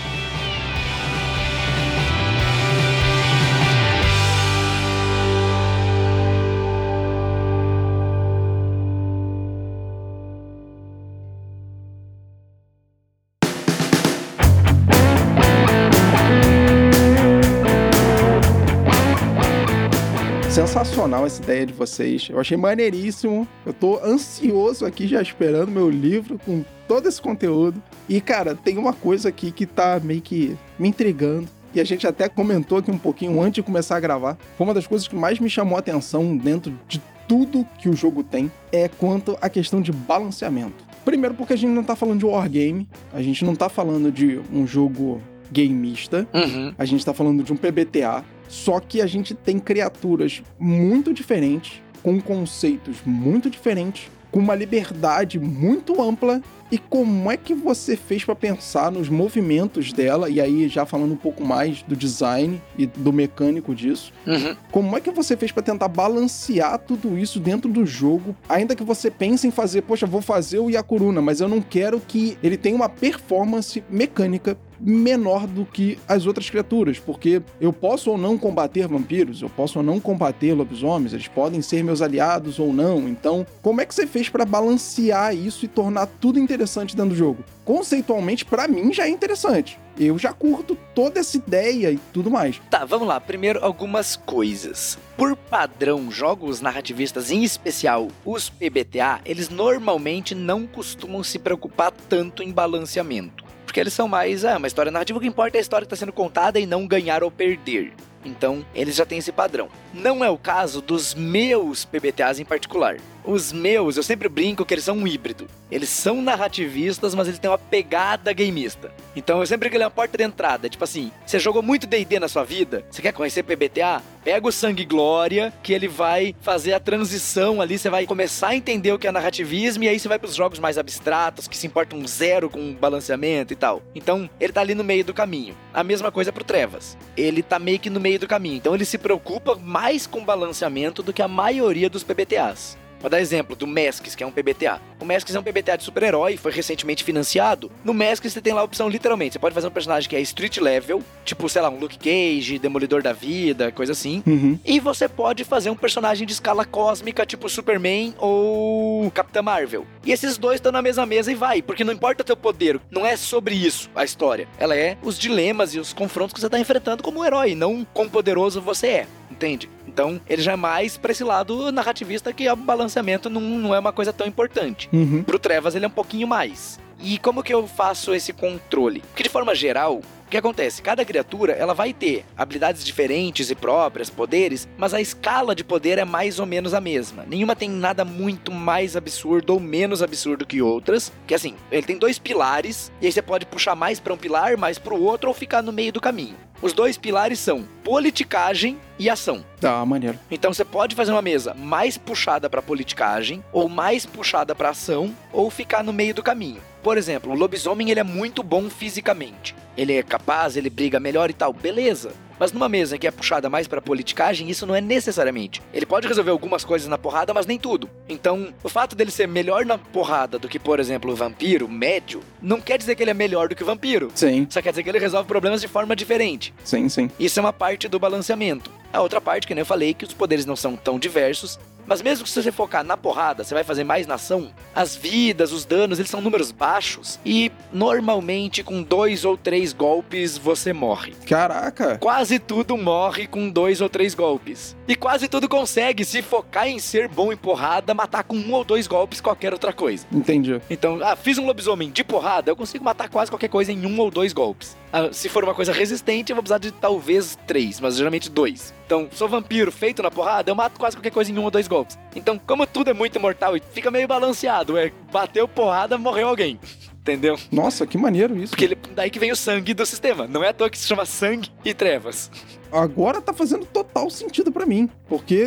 Sensacional essa ideia de vocês. Eu achei maneiríssimo. Eu tô ansioso aqui já esperando meu livro com todo esse conteúdo. E, cara, tem uma coisa aqui que tá meio que me intrigando. E a gente até comentou aqui um pouquinho antes de começar a gravar. Foi uma das coisas que mais me chamou a atenção dentro de tudo que o jogo tem, é quanto à questão de balanceamento. Primeiro porque a gente não tá falando de wargame, a gente não tá falando de um jogo gameista, Uhum. a gente tá falando de um P B T A, só que a gente tem criaturas muito diferentes, com conceitos muito diferentes, com uma liberdade muito ampla. E como é que você fez para pensar nos movimentos dela, e aí já falando um pouco mais do design e do mecânico disso, Uhum. como é que você fez para tentar balancear tudo isso dentro do jogo, ainda que você pense em fazer, poxa, vou fazer o Yakuruna, mas eu não quero que ele tenha uma performance mecânica menor do que as outras criaturas, porque eu posso ou não combater vampiros, eu posso ou não combater lobisomens, eles podem ser meus aliados ou não. Então, como é que você fez para balancear isso e tornar tudo interessante dentro do jogo? Conceitualmente, para mim, já é interessante. Eu já curto toda essa ideia e tudo mais. Tá, vamos lá. Primeiro, algumas coisas. Por padrão, jogos narrativistas, em especial os P B T A, eles normalmente não costumam se preocupar tanto em balanceamento. Porque eles são mais, ah, uma história narrativa, o que importa é a história que está sendo contada e não ganhar ou perder. Então, eles já têm esse padrão. Não é o caso dos meus P B T As em particular. Os meus, eu sempre brinco que eles são um híbrido. Eles são narrativistas, mas eles têm uma pegada gameista. Então eu sempre brinco que ele é uma porta de entrada. Tipo assim, você jogou muito D e D na sua vida? Você quer conhecer P B T A? Pega o Sangue e Glória, que ele vai fazer a transição ali. Você vai começar a entender o que é narrativismo, e aí você vai pros jogos mais abstratos, que se importam zero com balanceamento e tal. Então, ele tá ali no meio do caminho. A mesma coisa pro Trevas. Ele tá meio que no meio do caminho. Então ele se preocupa mais com balanceamento do que a maioria dos P B T As. Vou dar exemplo do Masks, que é um P B T A. O Masks é um P B T A de super-herói, foi recentemente financiado. No Masks você tem lá a opção, literalmente, você pode fazer um personagem que é street level, tipo, sei lá, um Luke Cage, Demolidor da Vida, coisa assim. Uhum. E você pode fazer um personagem de escala cósmica, tipo Superman ou Capitã Marvel. E esses dois estão na mesma mesa e vai, porque não importa o teu poder, não é sobre isso a história. Ela é os dilemas e os confrontos que você tá enfrentando como herói, não quão poderoso você é, entende? Então, ele já é mais pra esse lado narrativista, que o balanceamento não, não é uma coisa tão importante. Uhum. Pro Trevas, ele é um pouquinho mais. E como que eu faço esse controle? Porque, de forma geral, o que acontece? Cada criatura, ela vai ter habilidades diferentes e próprias, poderes, mas a escala de poder é mais ou menos a mesma. Nenhuma tem nada muito mais absurdo ou menos absurdo que outras. Que assim, ele tem dois pilares, e aí você pode puxar mais pra um pilar, mais pro outro, ou ficar no meio do caminho. Os dois pilares são politicagem e ação. Tá, maneiro. Então você pode fazer uma mesa mais puxada pra politicagem, ou mais puxada pra ação, ou ficar no meio do caminho. Por exemplo, o lobisomem, ele é muito bom fisicamente. Ele é capaz, ele briga melhor e tal, beleza. Mas numa mesa que é puxada mais pra politicagem, isso não é necessariamente. Ele pode resolver algumas coisas na porrada, mas nem tudo. Então, o fato dele ser melhor na porrada do que, por exemplo, o vampiro médio, não quer dizer que ele é melhor do que o vampiro. Sim, Só quer dizer que ele resolve problemas de forma diferente. sim, sim. Isso é uma parte do balanceamento. A outra parte, que nem eu falei, que os poderes não são tão diversos, mas mesmo que você focar na porrada, você vai fazer mais na ação, as vidas, os danos, eles são números baixos, e normalmente com dois ou três golpes você morre. Caraca! Quase tudo morre com dois ou três golpes. E quase tudo consegue, se focar em ser bom em porrada, matar com um ou dois golpes qualquer outra coisa. Entendi. Então, ah, fiz um lobisomem de porrada, eu consigo matar quase qualquer coisa em um ou dois golpes. Ah, se for uma coisa resistente, eu vou precisar de talvez três, mas geralmente dois. Então, sou vampiro feito na porrada, eu mato quase qualquer coisa em um ou dois golpes. Então, como tudo é muito mortal e fica meio balanceado, é bateu porrada, morreu alguém. Entendeu? Nossa, que maneiro isso. Porque ele, daí que vem o sangue do sistema. Não é à toa que se chama sangue e trevas. Agora tá fazendo total sentido pra mim, porque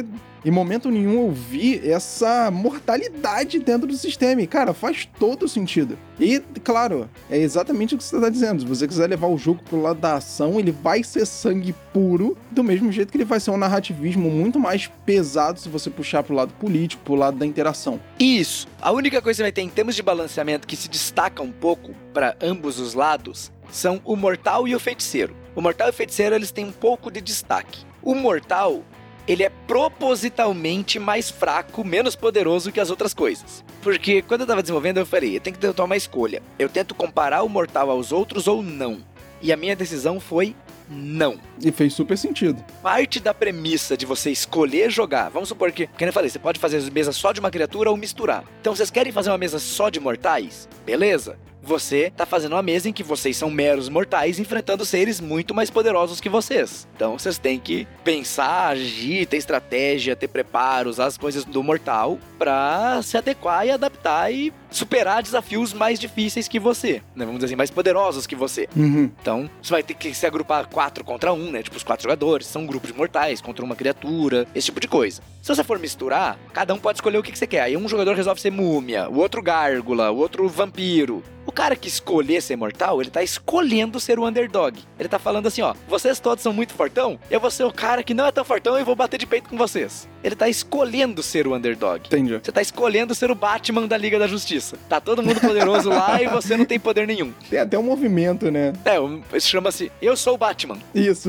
em momento nenhum eu vi essa mortalidade dentro do sistema. E, cara, faz todo sentido. E, claro, é exatamente o que você tá dizendo. Se você quiser levar o jogo pro lado da ação, ele vai ser sangue puro, do mesmo jeito que ele vai ser um narrativismo muito mais pesado se você puxar pro lado político, pro lado da interação. Isso. A única coisa que você vai ter em termos de balanceamento que se destaca um pouco para ambos os lados são o Mortal e o Feiticeiro. O Mortal e o Feiticeiro, eles têm um pouco de destaque. O Mortal, ele é propositalmente mais fraco, menos poderoso que as outras coisas. Porque quando eu tava desenvolvendo, eu falei, eu tenho que tomar uma escolha. Eu tento comparar o Mortal aos outros ou não? E a minha decisão foi não. E fez super sentido. Parte da premissa de você escolher jogar, vamos supor que, como eu falei, você pode fazer mesa só de uma criatura ou misturar. Então, vocês querem fazer uma mesa só de mortais? Beleza. Você tá fazendo uma mesa em que vocês são meros mortais enfrentando seres muito mais poderosos que vocês. Então vocês têm que pensar, agir, ter estratégia, ter preparo, usar as coisas do mortal pra se adequar e adaptar e superar desafios mais difíceis que você, né? Vamos dizer assim, mais poderosos que você. Uhum. Então você vai ter que se agrupar quatro contra um, né? Tipo, os quatro jogadores são um grupo de mortais contra uma criatura, esse tipo de coisa. Se você for misturar, cada um pode escolher o que você quer. Aí um jogador resolve ser múmia, o outro gárgula, o outro vampiro. O cara que escolher ser mortal, ele tá escolhendo ser o underdog. Ele tá falando assim, ó, vocês todos são muito fortão, eu vou ser o cara que não é tão fortão e vou bater de peito com vocês. Ele tá escolhendo ser o underdog. Entendi. Você tá escolhendo ser o Batman da Liga da Justiça. Tá todo mundo poderoso lá e você não tem poder nenhum. Tem até um movimento, né? É, chama-se Eu Sou o Batman. Isso.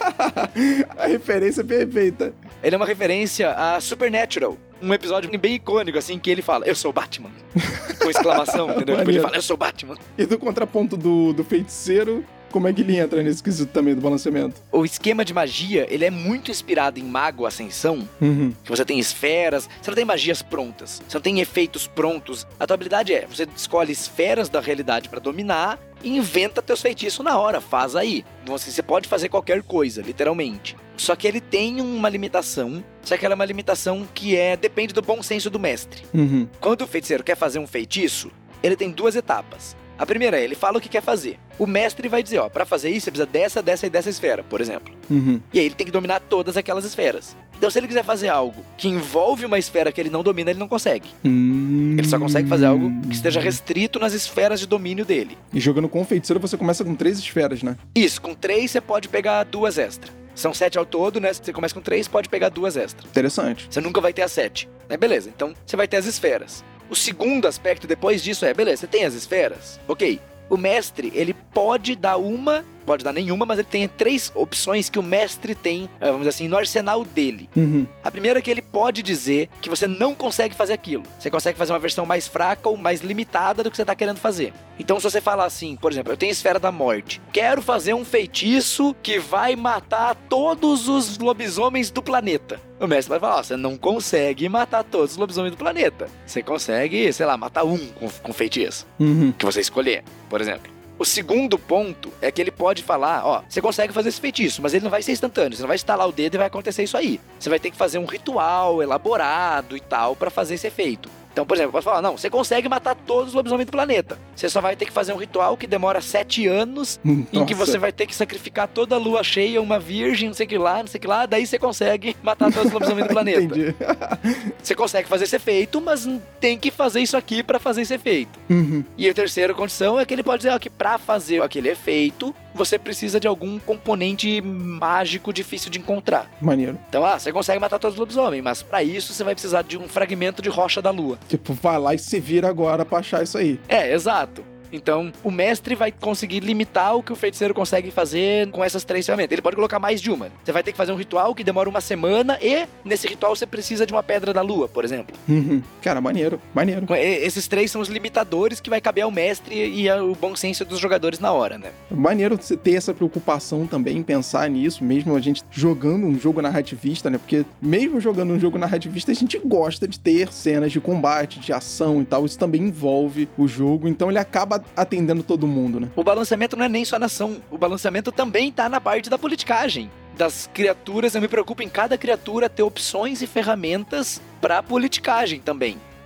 A referência é perfeita. Ele é uma referência a Supernatural. Um episódio bem icônico, assim, que ele fala, eu sou o Batman. Com exclamação, entendeu? Tipo, ele fala, eu sou o Batman. E do contraponto do, do feiticeiro, como é que ele entra nesse quesito também do balanceamento? O esquema de magia, ele é muito inspirado em Mago Ascensão, uhum. que você tem esferas, você não tem magias prontas, você não tem efeitos prontos. A tua habilidade é, você escolhe esferas da realidade pra dominar e inventa teus feitiços na hora, faz aí. Então, assim, você pode fazer qualquer coisa, literalmente. Só que ele tem uma limitação, só que ela é uma limitação que é, depende do bom senso do mestre. Uhum. Quando o feiticeiro quer fazer um feitiço, ele tem duas etapas. A primeira é, ele fala o que quer fazer. O mestre vai dizer, ó, pra fazer isso você precisa dessa, dessa e dessa esfera, por exemplo. Uhum. E aí ele tem que dominar todas aquelas esferas. Então se ele quiser fazer algo que envolve uma esfera que ele não domina, ele não consegue. Hum... Ele só consegue fazer algo que esteja restrito nas esferas de domínio dele. E jogando com o feiticeiro você começa com três esferas, né? Isso, com três você pode pegar duas extras. São sete ao todo, né? Se você começa com três, pode pegar duas extras. Interessante. Você nunca vai ter as sete. Né? Beleza, então você vai ter as esferas. O segundo aspecto depois disso é, beleza, você tem as esferas? Ok. O mestre, ele pode dar uma, pode dar nenhuma, mas ele tem três opções que o mestre tem, vamos dizer assim, no arsenal dele. Uhum. A primeira é que ele pode dizer que você não consegue fazer aquilo. Você consegue fazer uma versão mais fraca ou mais limitada do que você está querendo fazer. Então, se você falar assim, por exemplo, eu tenho a Esfera da Morte, quero fazer um feitiço que vai matar todos os lobisomens do planeta. O mestre vai falar, ó, você não consegue matar todos os lobisomens do planeta. Você consegue, sei lá, matar um com, com feitiço. Uhum. Que você escolher, por exemplo. O segundo ponto é que ele pode falar, ó, você consegue fazer esse feitiço, mas ele não vai ser instantâneo, você não vai estalar o dedo e vai acontecer isso aí. Você vai ter que fazer um ritual elaborado e tal pra fazer esse efeito. Então, por exemplo, pode falar, não, você consegue matar todos os lobisomens do planeta. Você só vai ter que fazer um ritual que demora sete anos, Nossa. em que você vai ter que sacrificar toda a lua cheia, uma virgem, não sei o que lá, não sei o que lá, daí você consegue matar todos os lobisomens do planeta. Entendi. Você consegue fazer esse efeito, mas tem que fazer isso aqui pra fazer esse efeito. Uhum. E a terceira condição é que ele pode dizer ó, que pra fazer aquele efeito, você precisa de algum componente mágico difícil de encontrar. Maneiro. Então, ah, você consegue matar todos os lobisomens, mas pra isso você vai precisar de um fragmento de rocha da lua. Tipo, vai lá e se vira agora pra achar isso aí. É, exato. Então, o mestre vai conseguir limitar o que o feiticeiro consegue fazer com essas três ferramentas. Ele pode colocar mais de uma. Você vai ter que fazer um ritual que demora uma semana e, nesse ritual, você precisa de uma pedra da lua, por exemplo. Uhum. Cara, maneiro, maneiro. Esses três são os limitadores que vai caber ao mestre e ao bom senso dos jogadores na hora, né? Maneiro você ter essa preocupação também, pensar nisso, mesmo a gente jogando um jogo narrativista, né? Porque mesmo jogando um jogo narrativista, a gente gosta de ter cenas de combate, de ação e tal. Isso também envolve o jogo, então ele acaba atendendo todo mundo, né? O balanceamento não é nem só na ação, o balanceamento também tá na parte da politicagem. Das criaturas, eu me preocupo em cada criatura ter opções e ferramentas pra politicagem também.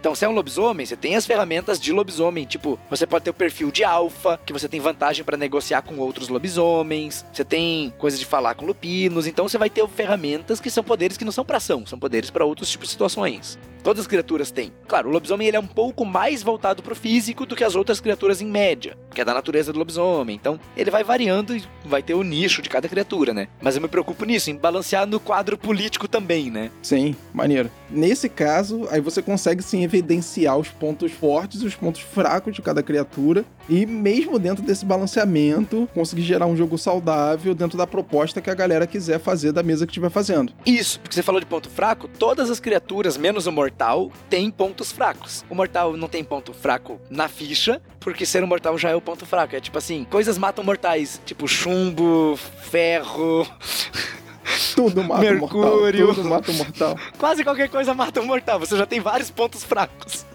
Então, se é um lobisomem, você tem as ferramentas de lobisomem, tipo, você pode ter o perfil de alfa, que você tem vantagem pra negociar com outros lobisomens, você tem coisa de falar com lupinos, então você vai ter ferramentas que são poderes que não são pra ação, são poderes pra outros tipos de situações. Todas as criaturas têm. Claro, o lobisomem ele é um pouco mais voltado pro físico do que as outras criaturas em média, que é da natureza do lobisomem. Então, ele vai variando e vai ter o nicho de cada criatura, né? Mas eu me preocupo nisso, em balancear no quadro político também, né? Sim, maneiro. Nesse caso, aí você consegue sim evidenciar os pontos fortes e os pontos fracos de cada criatura e mesmo dentro desse balanceamento, conseguir gerar um jogo saudável dentro da proposta que a galera quiser fazer da mesa que estiver fazendo. Isso, porque você falou de ponto fraco, todas as criaturas, menos o mortal, têm pontos fracos. O mortal não tem ponto fraco na ficha, porque ser um mortal já é o ponto fraco. É tipo assim, coisas matam mortais, tipo chumbo, ferro... Tudo mata Mercúrio. o mortal. Tudo mata o mortal. Quase qualquer coisa mata um mortal. Você já tem vários pontos fracos.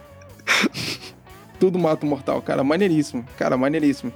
Tudo mata o mortal, cara. Maneiríssimo. Cara, maneiríssimo.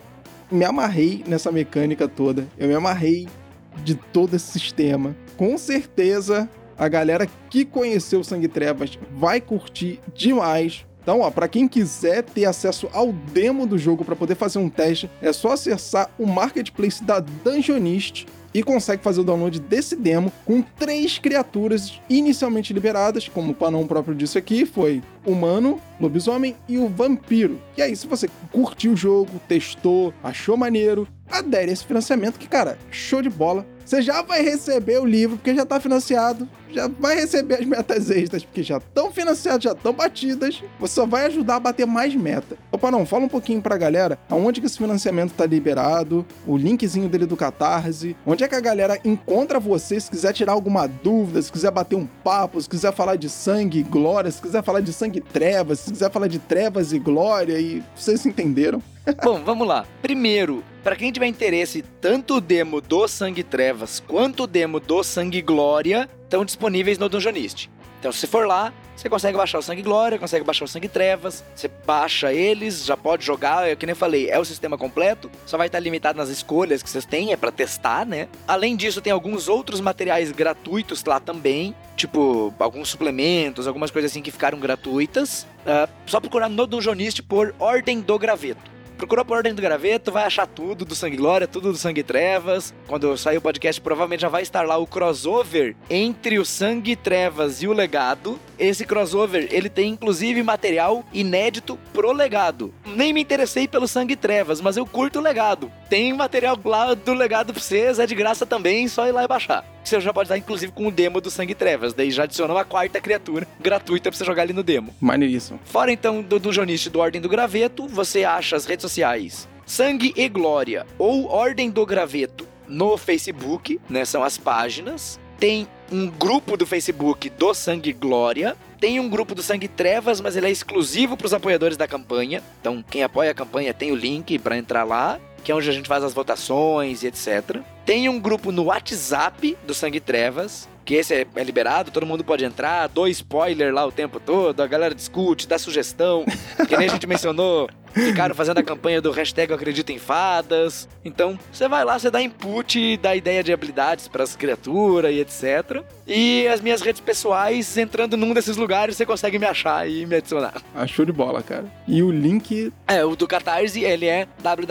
Me amarrei nessa mecânica toda. Eu me amarrei de todo esse sistema. Com certeza, a galera que conheceu o Sangue e Trevas vai curtir demais. Então, ó, pra quem quiser ter acesso ao demo do jogo pra poder fazer um teste, é só acessar o Marketplace da Dungeonist e consegue fazer o download desse demo com três criaturas inicialmente liberadas, como o Panon próprio disse aqui, foi humano, lobisomem e o vampiro. E aí, se você curtiu o jogo, testou, achou maneiro, adere a esse financiamento que, cara, show de bola. Você já vai receber o livro, porque já tá financiado, já vai receber as metas extras, porque já estão financiadas, já estão batidas, você só vai ajudar a bater mais meta. Opa, não, fala um pouquinho pra galera aonde que esse financiamento tá liberado, o linkzinho dele do Catarse, onde é que a galera encontra você, se quiser tirar alguma dúvida, se quiser bater um papo, se quiser falar de sangue e glória, se quiser falar de sangue e trevas, se quiser falar de trevas e glória, e vocês entenderam? Bom, vamos lá. Primeiro, para quem tiver interesse, tanto o demo do Sangue e Trevas quanto o demo do Sangue e Glória estão disponíveis no Dungeonist. Então, se for lá, você consegue baixar o Sangue e Glória, consegue baixar o Sangue e Trevas, você baixa eles, já pode jogar, é que nem eu falei, é o sistema completo, só vai estar limitado nas escolhas que vocês têm, é para testar, né? Além disso, tem alguns outros materiais gratuitos lá também, tipo, alguns suplementos, algumas coisas assim que ficaram gratuitas. Uh, só procurar no Dungeonist por Ordem do Graveto. Procurou por Ordem do Graveto, vai achar tudo do Sangue e Glória, tudo do Sangue e Trevas. Quando sair o podcast, provavelmente já vai estar lá o crossover entre o Sangue e Trevas e o Legado. Esse crossover, ele tem inclusive material inédito pro Legado. Nem me interessei pelo Sangue e Trevas, mas eu curto o Legado. Tem material lá do Legado pra vocês, é de graça também, só ir lá e baixar. Você já pode estar, inclusive, com o demo do Sangue e Trevas. Daí já adicionou a quarta criatura gratuita pra você jogar ali no demo. Maneiríssimo. Fora, então, do Dungeonist do Ordem do Graveto, você acha as redes sociais Sangue e Glória ou Ordem do Graveto no Facebook, né? São as páginas. Tem um grupo do Facebook do Sangue e Glória. Tem um grupo do Sangue e Trevas, mas ele é exclusivo para os apoiadores da campanha. Então, quem apoia a campanha tem o link para entrar lá, que é onde a gente faz as votações e etcétera. Tem um grupo no WhatsApp do Sangue e Trevas, que esse é, é liberado, todo mundo pode entrar, dou spoiler lá o tempo todo, a galera discute, dá sugestão, que nem a gente mencionou, ficaram fazendo a campanha do hashtag Eu Acredito em Fadas. Então, você vai lá, você dá input, dá ideia de habilidades para as criaturas e etcétera. E as minhas redes pessoais, entrando num desses lugares, você consegue me achar e me adicionar. Achou de bola, cara. E o link... É, o do Catarse, ele é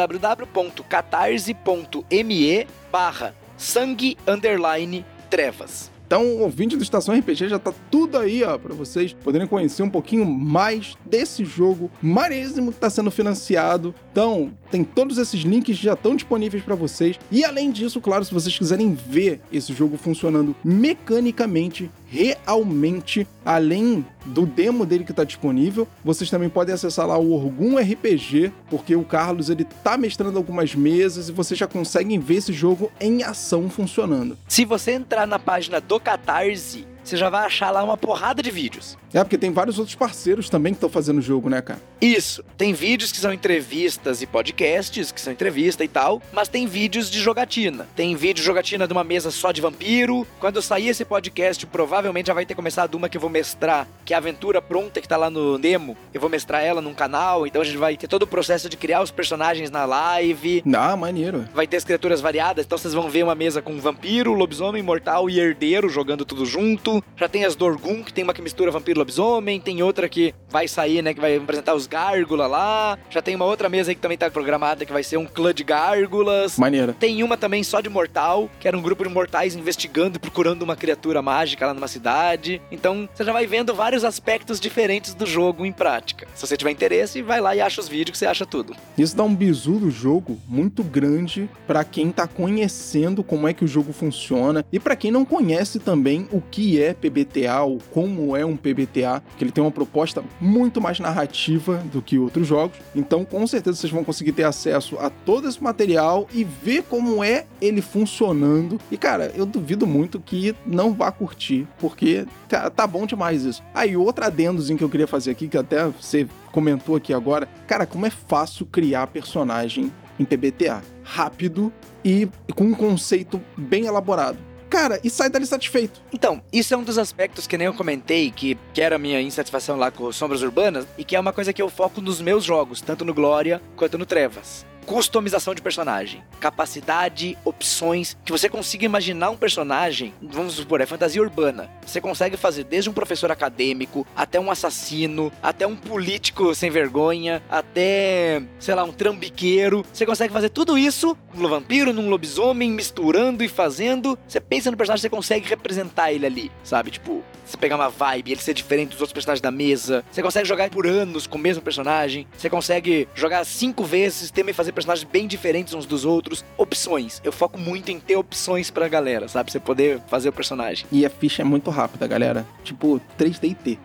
www.catarse.me barra sangue underline trevas. Então, o ouvinte do Estação R P G já tá tudo aí, ó, pra vocês poderem conhecer um pouquinho mais desse jogo maneiríssimo que tá sendo financiado. Então, tem todos esses links que já estão disponíveis pra vocês. E além disso, claro, se vocês quiserem ver esse jogo funcionando mecanicamente, realmente, além do demo dele que tá disponível, vocês também podem acessar lá o Orgum R P G, porque o Carlos, ele tá mestrando algumas mesas e vocês já conseguem ver esse jogo em ação funcionando. Se você entrar na página do Catarse, você já vai achar lá uma porrada de vídeos. É, porque tem vários outros parceiros também que estão fazendo o jogo, né, cara? Isso. Tem vídeos que são entrevistas e podcasts, que são entrevista e tal, mas tem vídeos de jogatina. Tem vídeo de jogatina de uma mesa só de vampiro. Quando sair esse podcast, provavelmente já vai ter começado uma que eu vou mestrar, que é a aventura pronta que tá lá no demo. Eu vou mestrar ela num canal, então a gente vai ter todo o processo de criar os personagens na live. Ah, maneiro. Vai ter as criaturas variadas, então vocês vão ver uma mesa com vampiro, lobisomem, mortal e herdeiro jogando tudo junto. junto. Já tem as Dorgun, que tem uma que mistura vampiro e lobisomem. Tem outra que vai sair, né, que vai apresentar os gárgula lá. Já tem uma outra mesa aí que também tá programada, que vai ser um clã de gárgulas. Maneira. Tem uma também só de mortal, que era um grupo de mortais investigando e procurando uma criatura mágica lá numa cidade. Então, você já vai vendo vários aspectos diferentes do jogo em prática. Se você tiver interesse, vai lá e acha os vídeos que você acha tudo. Isso dá um bizu do jogo muito grande pra quem tá conhecendo como é que o jogo funciona e pra quem não conhece também o que é P B T A ou como é um P B T A, que ele tem uma proposta muito mais narrativa do que outros jogos. Então, com certeza, vocês vão conseguir ter acesso a todo esse material e ver como é ele funcionando. E, cara, eu duvido muito que não vá curtir, porque tá, tá bom demais isso. Aí, ah, outro adendozinho que eu queria fazer aqui, que até você comentou aqui agora, cara, como é fácil criar personagem em P B T A. Rápido e com um conceito bem elaborado. Cara, e sai dali satisfeito. Então, isso é um dos aspectos que nem eu comentei, que, que era a minha insatisfação lá com Sombras Urbanas, e que é uma coisa que eu foco nos meus jogos, tanto no Glória quanto no Trevas. Customização de personagem, capacidade, opções, que você consiga imaginar um personagem, vamos supor, é fantasia urbana. Você consegue fazer desde um professor acadêmico, até um assassino, até um político sem vergonha, até, sei lá, um trambiqueiro. Você consegue fazer tudo isso num vampiro, num lobisomem, misturando e fazendo. Você pensa no personagem, você consegue representar ele ali, sabe? Tipo, você pegar uma vibe, ele ser diferente dos outros personagens da mesa. Você consegue jogar por anos com o mesmo personagem. Você consegue jogar cinco vezes o sistema e fazer personagens bem diferentes uns dos outros. Opções. Eu foco muito em ter opções pra galera, sabe? Você poder fazer o personagem. E a ficha é muito rápida, galera. Tipo, três D T.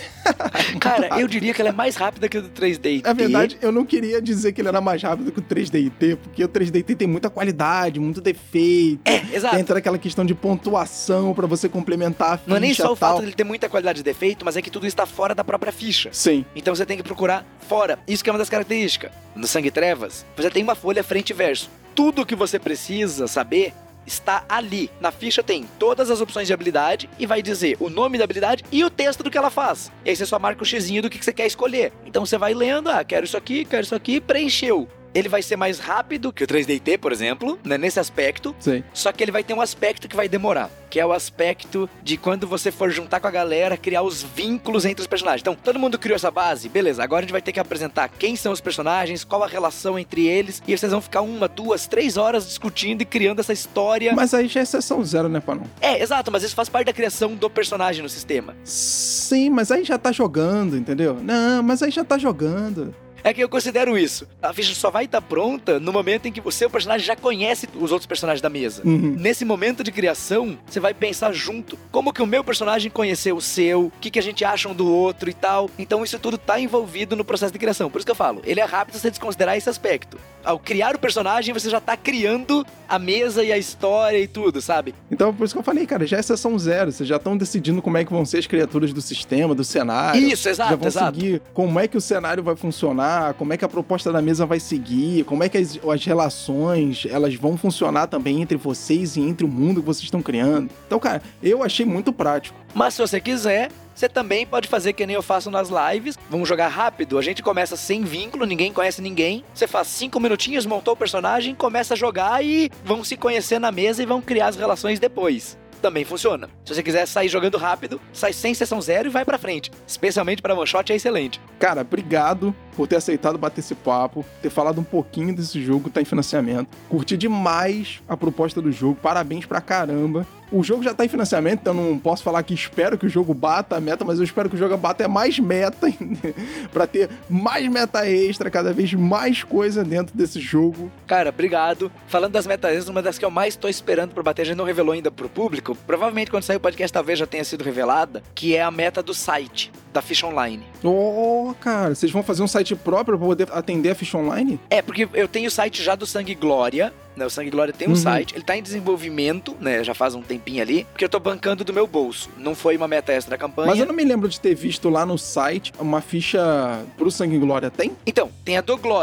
Cara, eu diria que ela é mais rápida que o do três D I T. Na verdade, eu não queria dizer que ele era mais rápido que o três D I T, porque o três D I T tem muita qualidade, muito defeito. É, exato. Tem toda aquela questão de pontuação pra você complementar a ficha. Não é nem só o tal. fato dele ter muita qualidade de defeito, mas é que tudo está fora da própria ficha. Sim. Então você tem que procurar fora. Isso que é uma das características. No Sangue e Trevas, você tem uma folha frente e verso. Tudo que você precisa saber está ali. Na ficha tem todas as opções de habilidade e vai dizer o nome da habilidade e o texto do que ela faz. E aí você só marca o xizinho do que você quer escolher. Então você vai lendo, ah, quero isso aqui, quero isso aqui, preencheu. Ele vai ser mais rápido que o três D I T, por exemplo, né, nesse aspecto. Sim. Só que ele vai ter um aspecto que vai demorar, que é o aspecto de quando você for juntar com a galera, criar os vínculos entre os personagens. Então, todo mundo criou essa base? Beleza, agora a gente vai ter que apresentar quem são os personagens, qual a relação entre eles, e vocês vão ficar uma, duas, três horas discutindo e criando essa história. Mas aí já é exceção zero, né, Panão? É, exato, mas isso faz parte da criação do personagem no sistema. Sim, mas aí já tá jogando, entendeu? Não, mas aí já tá jogando. É que eu considero isso. A ficha só vai estar pronta no momento em que o seu personagem já conhece os outros personagens da mesa. Uhum. Nesse momento de criação, você vai pensar junto. Como que o meu personagem conheceu o seu, o que, que a gente acha um do outro e tal. Então isso tudo tá envolvido no processo de criação. Por isso que eu falo, ele é rápido se você desconsiderar esse aspecto. Ao criar o personagem, você já tá criando a mesa e a história e tudo, sabe? Então, por isso que eu falei, cara, já é exceção zero. Vocês já estão decidindo como é que vão ser as criaturas do sistema, do cenário. Isso, exato, já vão exato. seguir como é que o cenário vai funcionar, como é que a proposta da mesa vai seguir, como é que as, as relações, elas vão funcionar também entre vocês e entre o mundo que vocês estão criando. Então, cara, eu achei muito prático. Mas se você quiser, você também pode fazer que nem eu faço nas lives. Vamos jogar rápido, a gente começa sem vínculo, ninguém conhece ninguém. Você faz cinco minutinhos, montou o personagem, começa a jogar e vão se conhecer na mesa e vão criar as relações depois. Também funciona. Se você quiser sair jogando rápido, sai sem sessão zero e vai pra frente. Especialmente pra one shot é excelente. Cara, obrigado por ter aceitado bater esse papo, ter falado um pouquinho desse jogo que tá em financiamento. Curti demais a proposta do jogo, parabéns pra caramba. O jogo já tá em financiamento, então não posso falar que espero que o jogo bata a meta, mas eu espero que o jogo bata mais meta, pra ter mais meta extra, cada vez mais coisa dentro desse jogo. Cara, obrigado. Falando das metas extras, uma das que eu mais tô esperando pra bater, a gente não revelou ainda pro público, provavelmente quando sair o podcast talvez já tenha sido revelada, que é a meta do site, da ficha online. Oh, cara, vocês vão fazer um site próprio pra poder atender a ficha online? É, porque eu tenho o site já do Sangue e Glória, né? O Sangue e Glória tem um uhum. site, ele tá em desenvolvimento, né? Já faz um tempinho ali, porque eu tô bancando do meu bolso. Não foi uma meta extra da campanha. Mas eu não me lembro de ter visto lá no site uma ficha pro Sangue e Glória, tem? Então, tem a do Glória.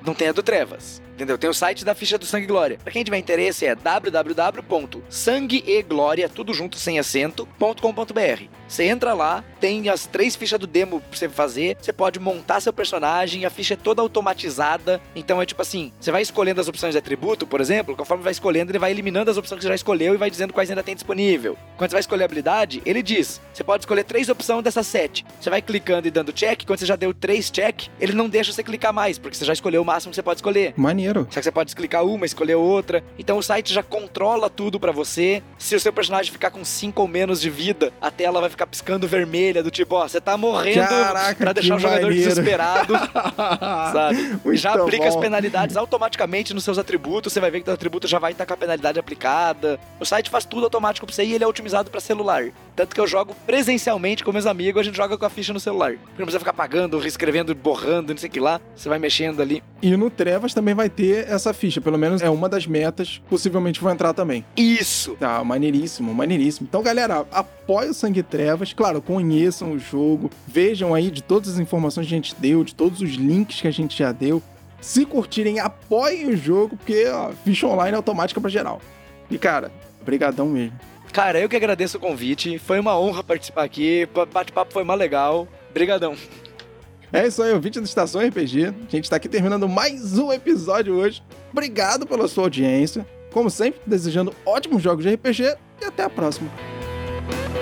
não tem a do Trevas. Entendeu? Tem o site da ficha do Sangue e Glória. Pra quem tiver interesse é w w w ponto sangue e glória, tudo junto sem acento, ponto com ponto b r. Você entra lá, tem as três fichas do demo pra você fazer, você pode montar seu personagem, a ficha é toda automatizada, então é tipo assim, você vai escolhendo as opções de atributo, por exemplo, conforme vai escolhendo, ele vai eliminando as opções que você já escolheu e vai dizendo quais ainda tem disponível. Quando você vai escolher a habilidade, ele diz, você pode escolher três opções dessas sete. Você vai clicando e dando check, quando você já deu três check, ele não deixa você clicar mais, porque você já escolheu o máximo que você pode escolher. Maneiro. Só que você pode clicar uma, escolher outra. Então o site já controla tudo pra você. Se o seu personagem ficar com cinco ou menos de vida, a tela vai ficar piscando vermelha, do tipo, ó, você tá morrendo. Caraca, pra deixar o jogador maneiro. desesperado. Sabe? Muito Já aplica bom. as penalidades automaticamente nos seus atributos. Você vai ver que o atributo já vai estar com a penalidade aplicada. O site faz tudo automático pra você e ele é otimizado pra celular. Tanto que eu jogo presencialmente com meus amigos, a gente joga com a ficha no celular. Porque não precisa ficar apagando, escrevendo, borrando, não sei o que lá. Você vai mexendo ali. E no Trevas também vai ter essa ficha, pelo menos é uma das metas, possivelmente vão entrar também. Isso! Tá, maneiríssimo, maneiríssimo. Então, galera, apoie o Sangue e Trevas, claro, conheçam o jogo, vejam aí de todas as informações que a gente deu, de todos os links que a gente já deu. Se curtirem, apoiem o jogo, porque ó, ficha online é automática pra geral. E, cara, brigadão mesmo. Cara, eu que agradeço o convite, foi uma honra participar aqui, o bate-papo foi mais legal. Brigadão. É isso aí, ouvinte da Estação R P G. A gente tá aqui terminando mais um episódio hoje. Obrigado pela sua audiência. Como sempre, desejando ótimos jogos de R P G e até a próxima.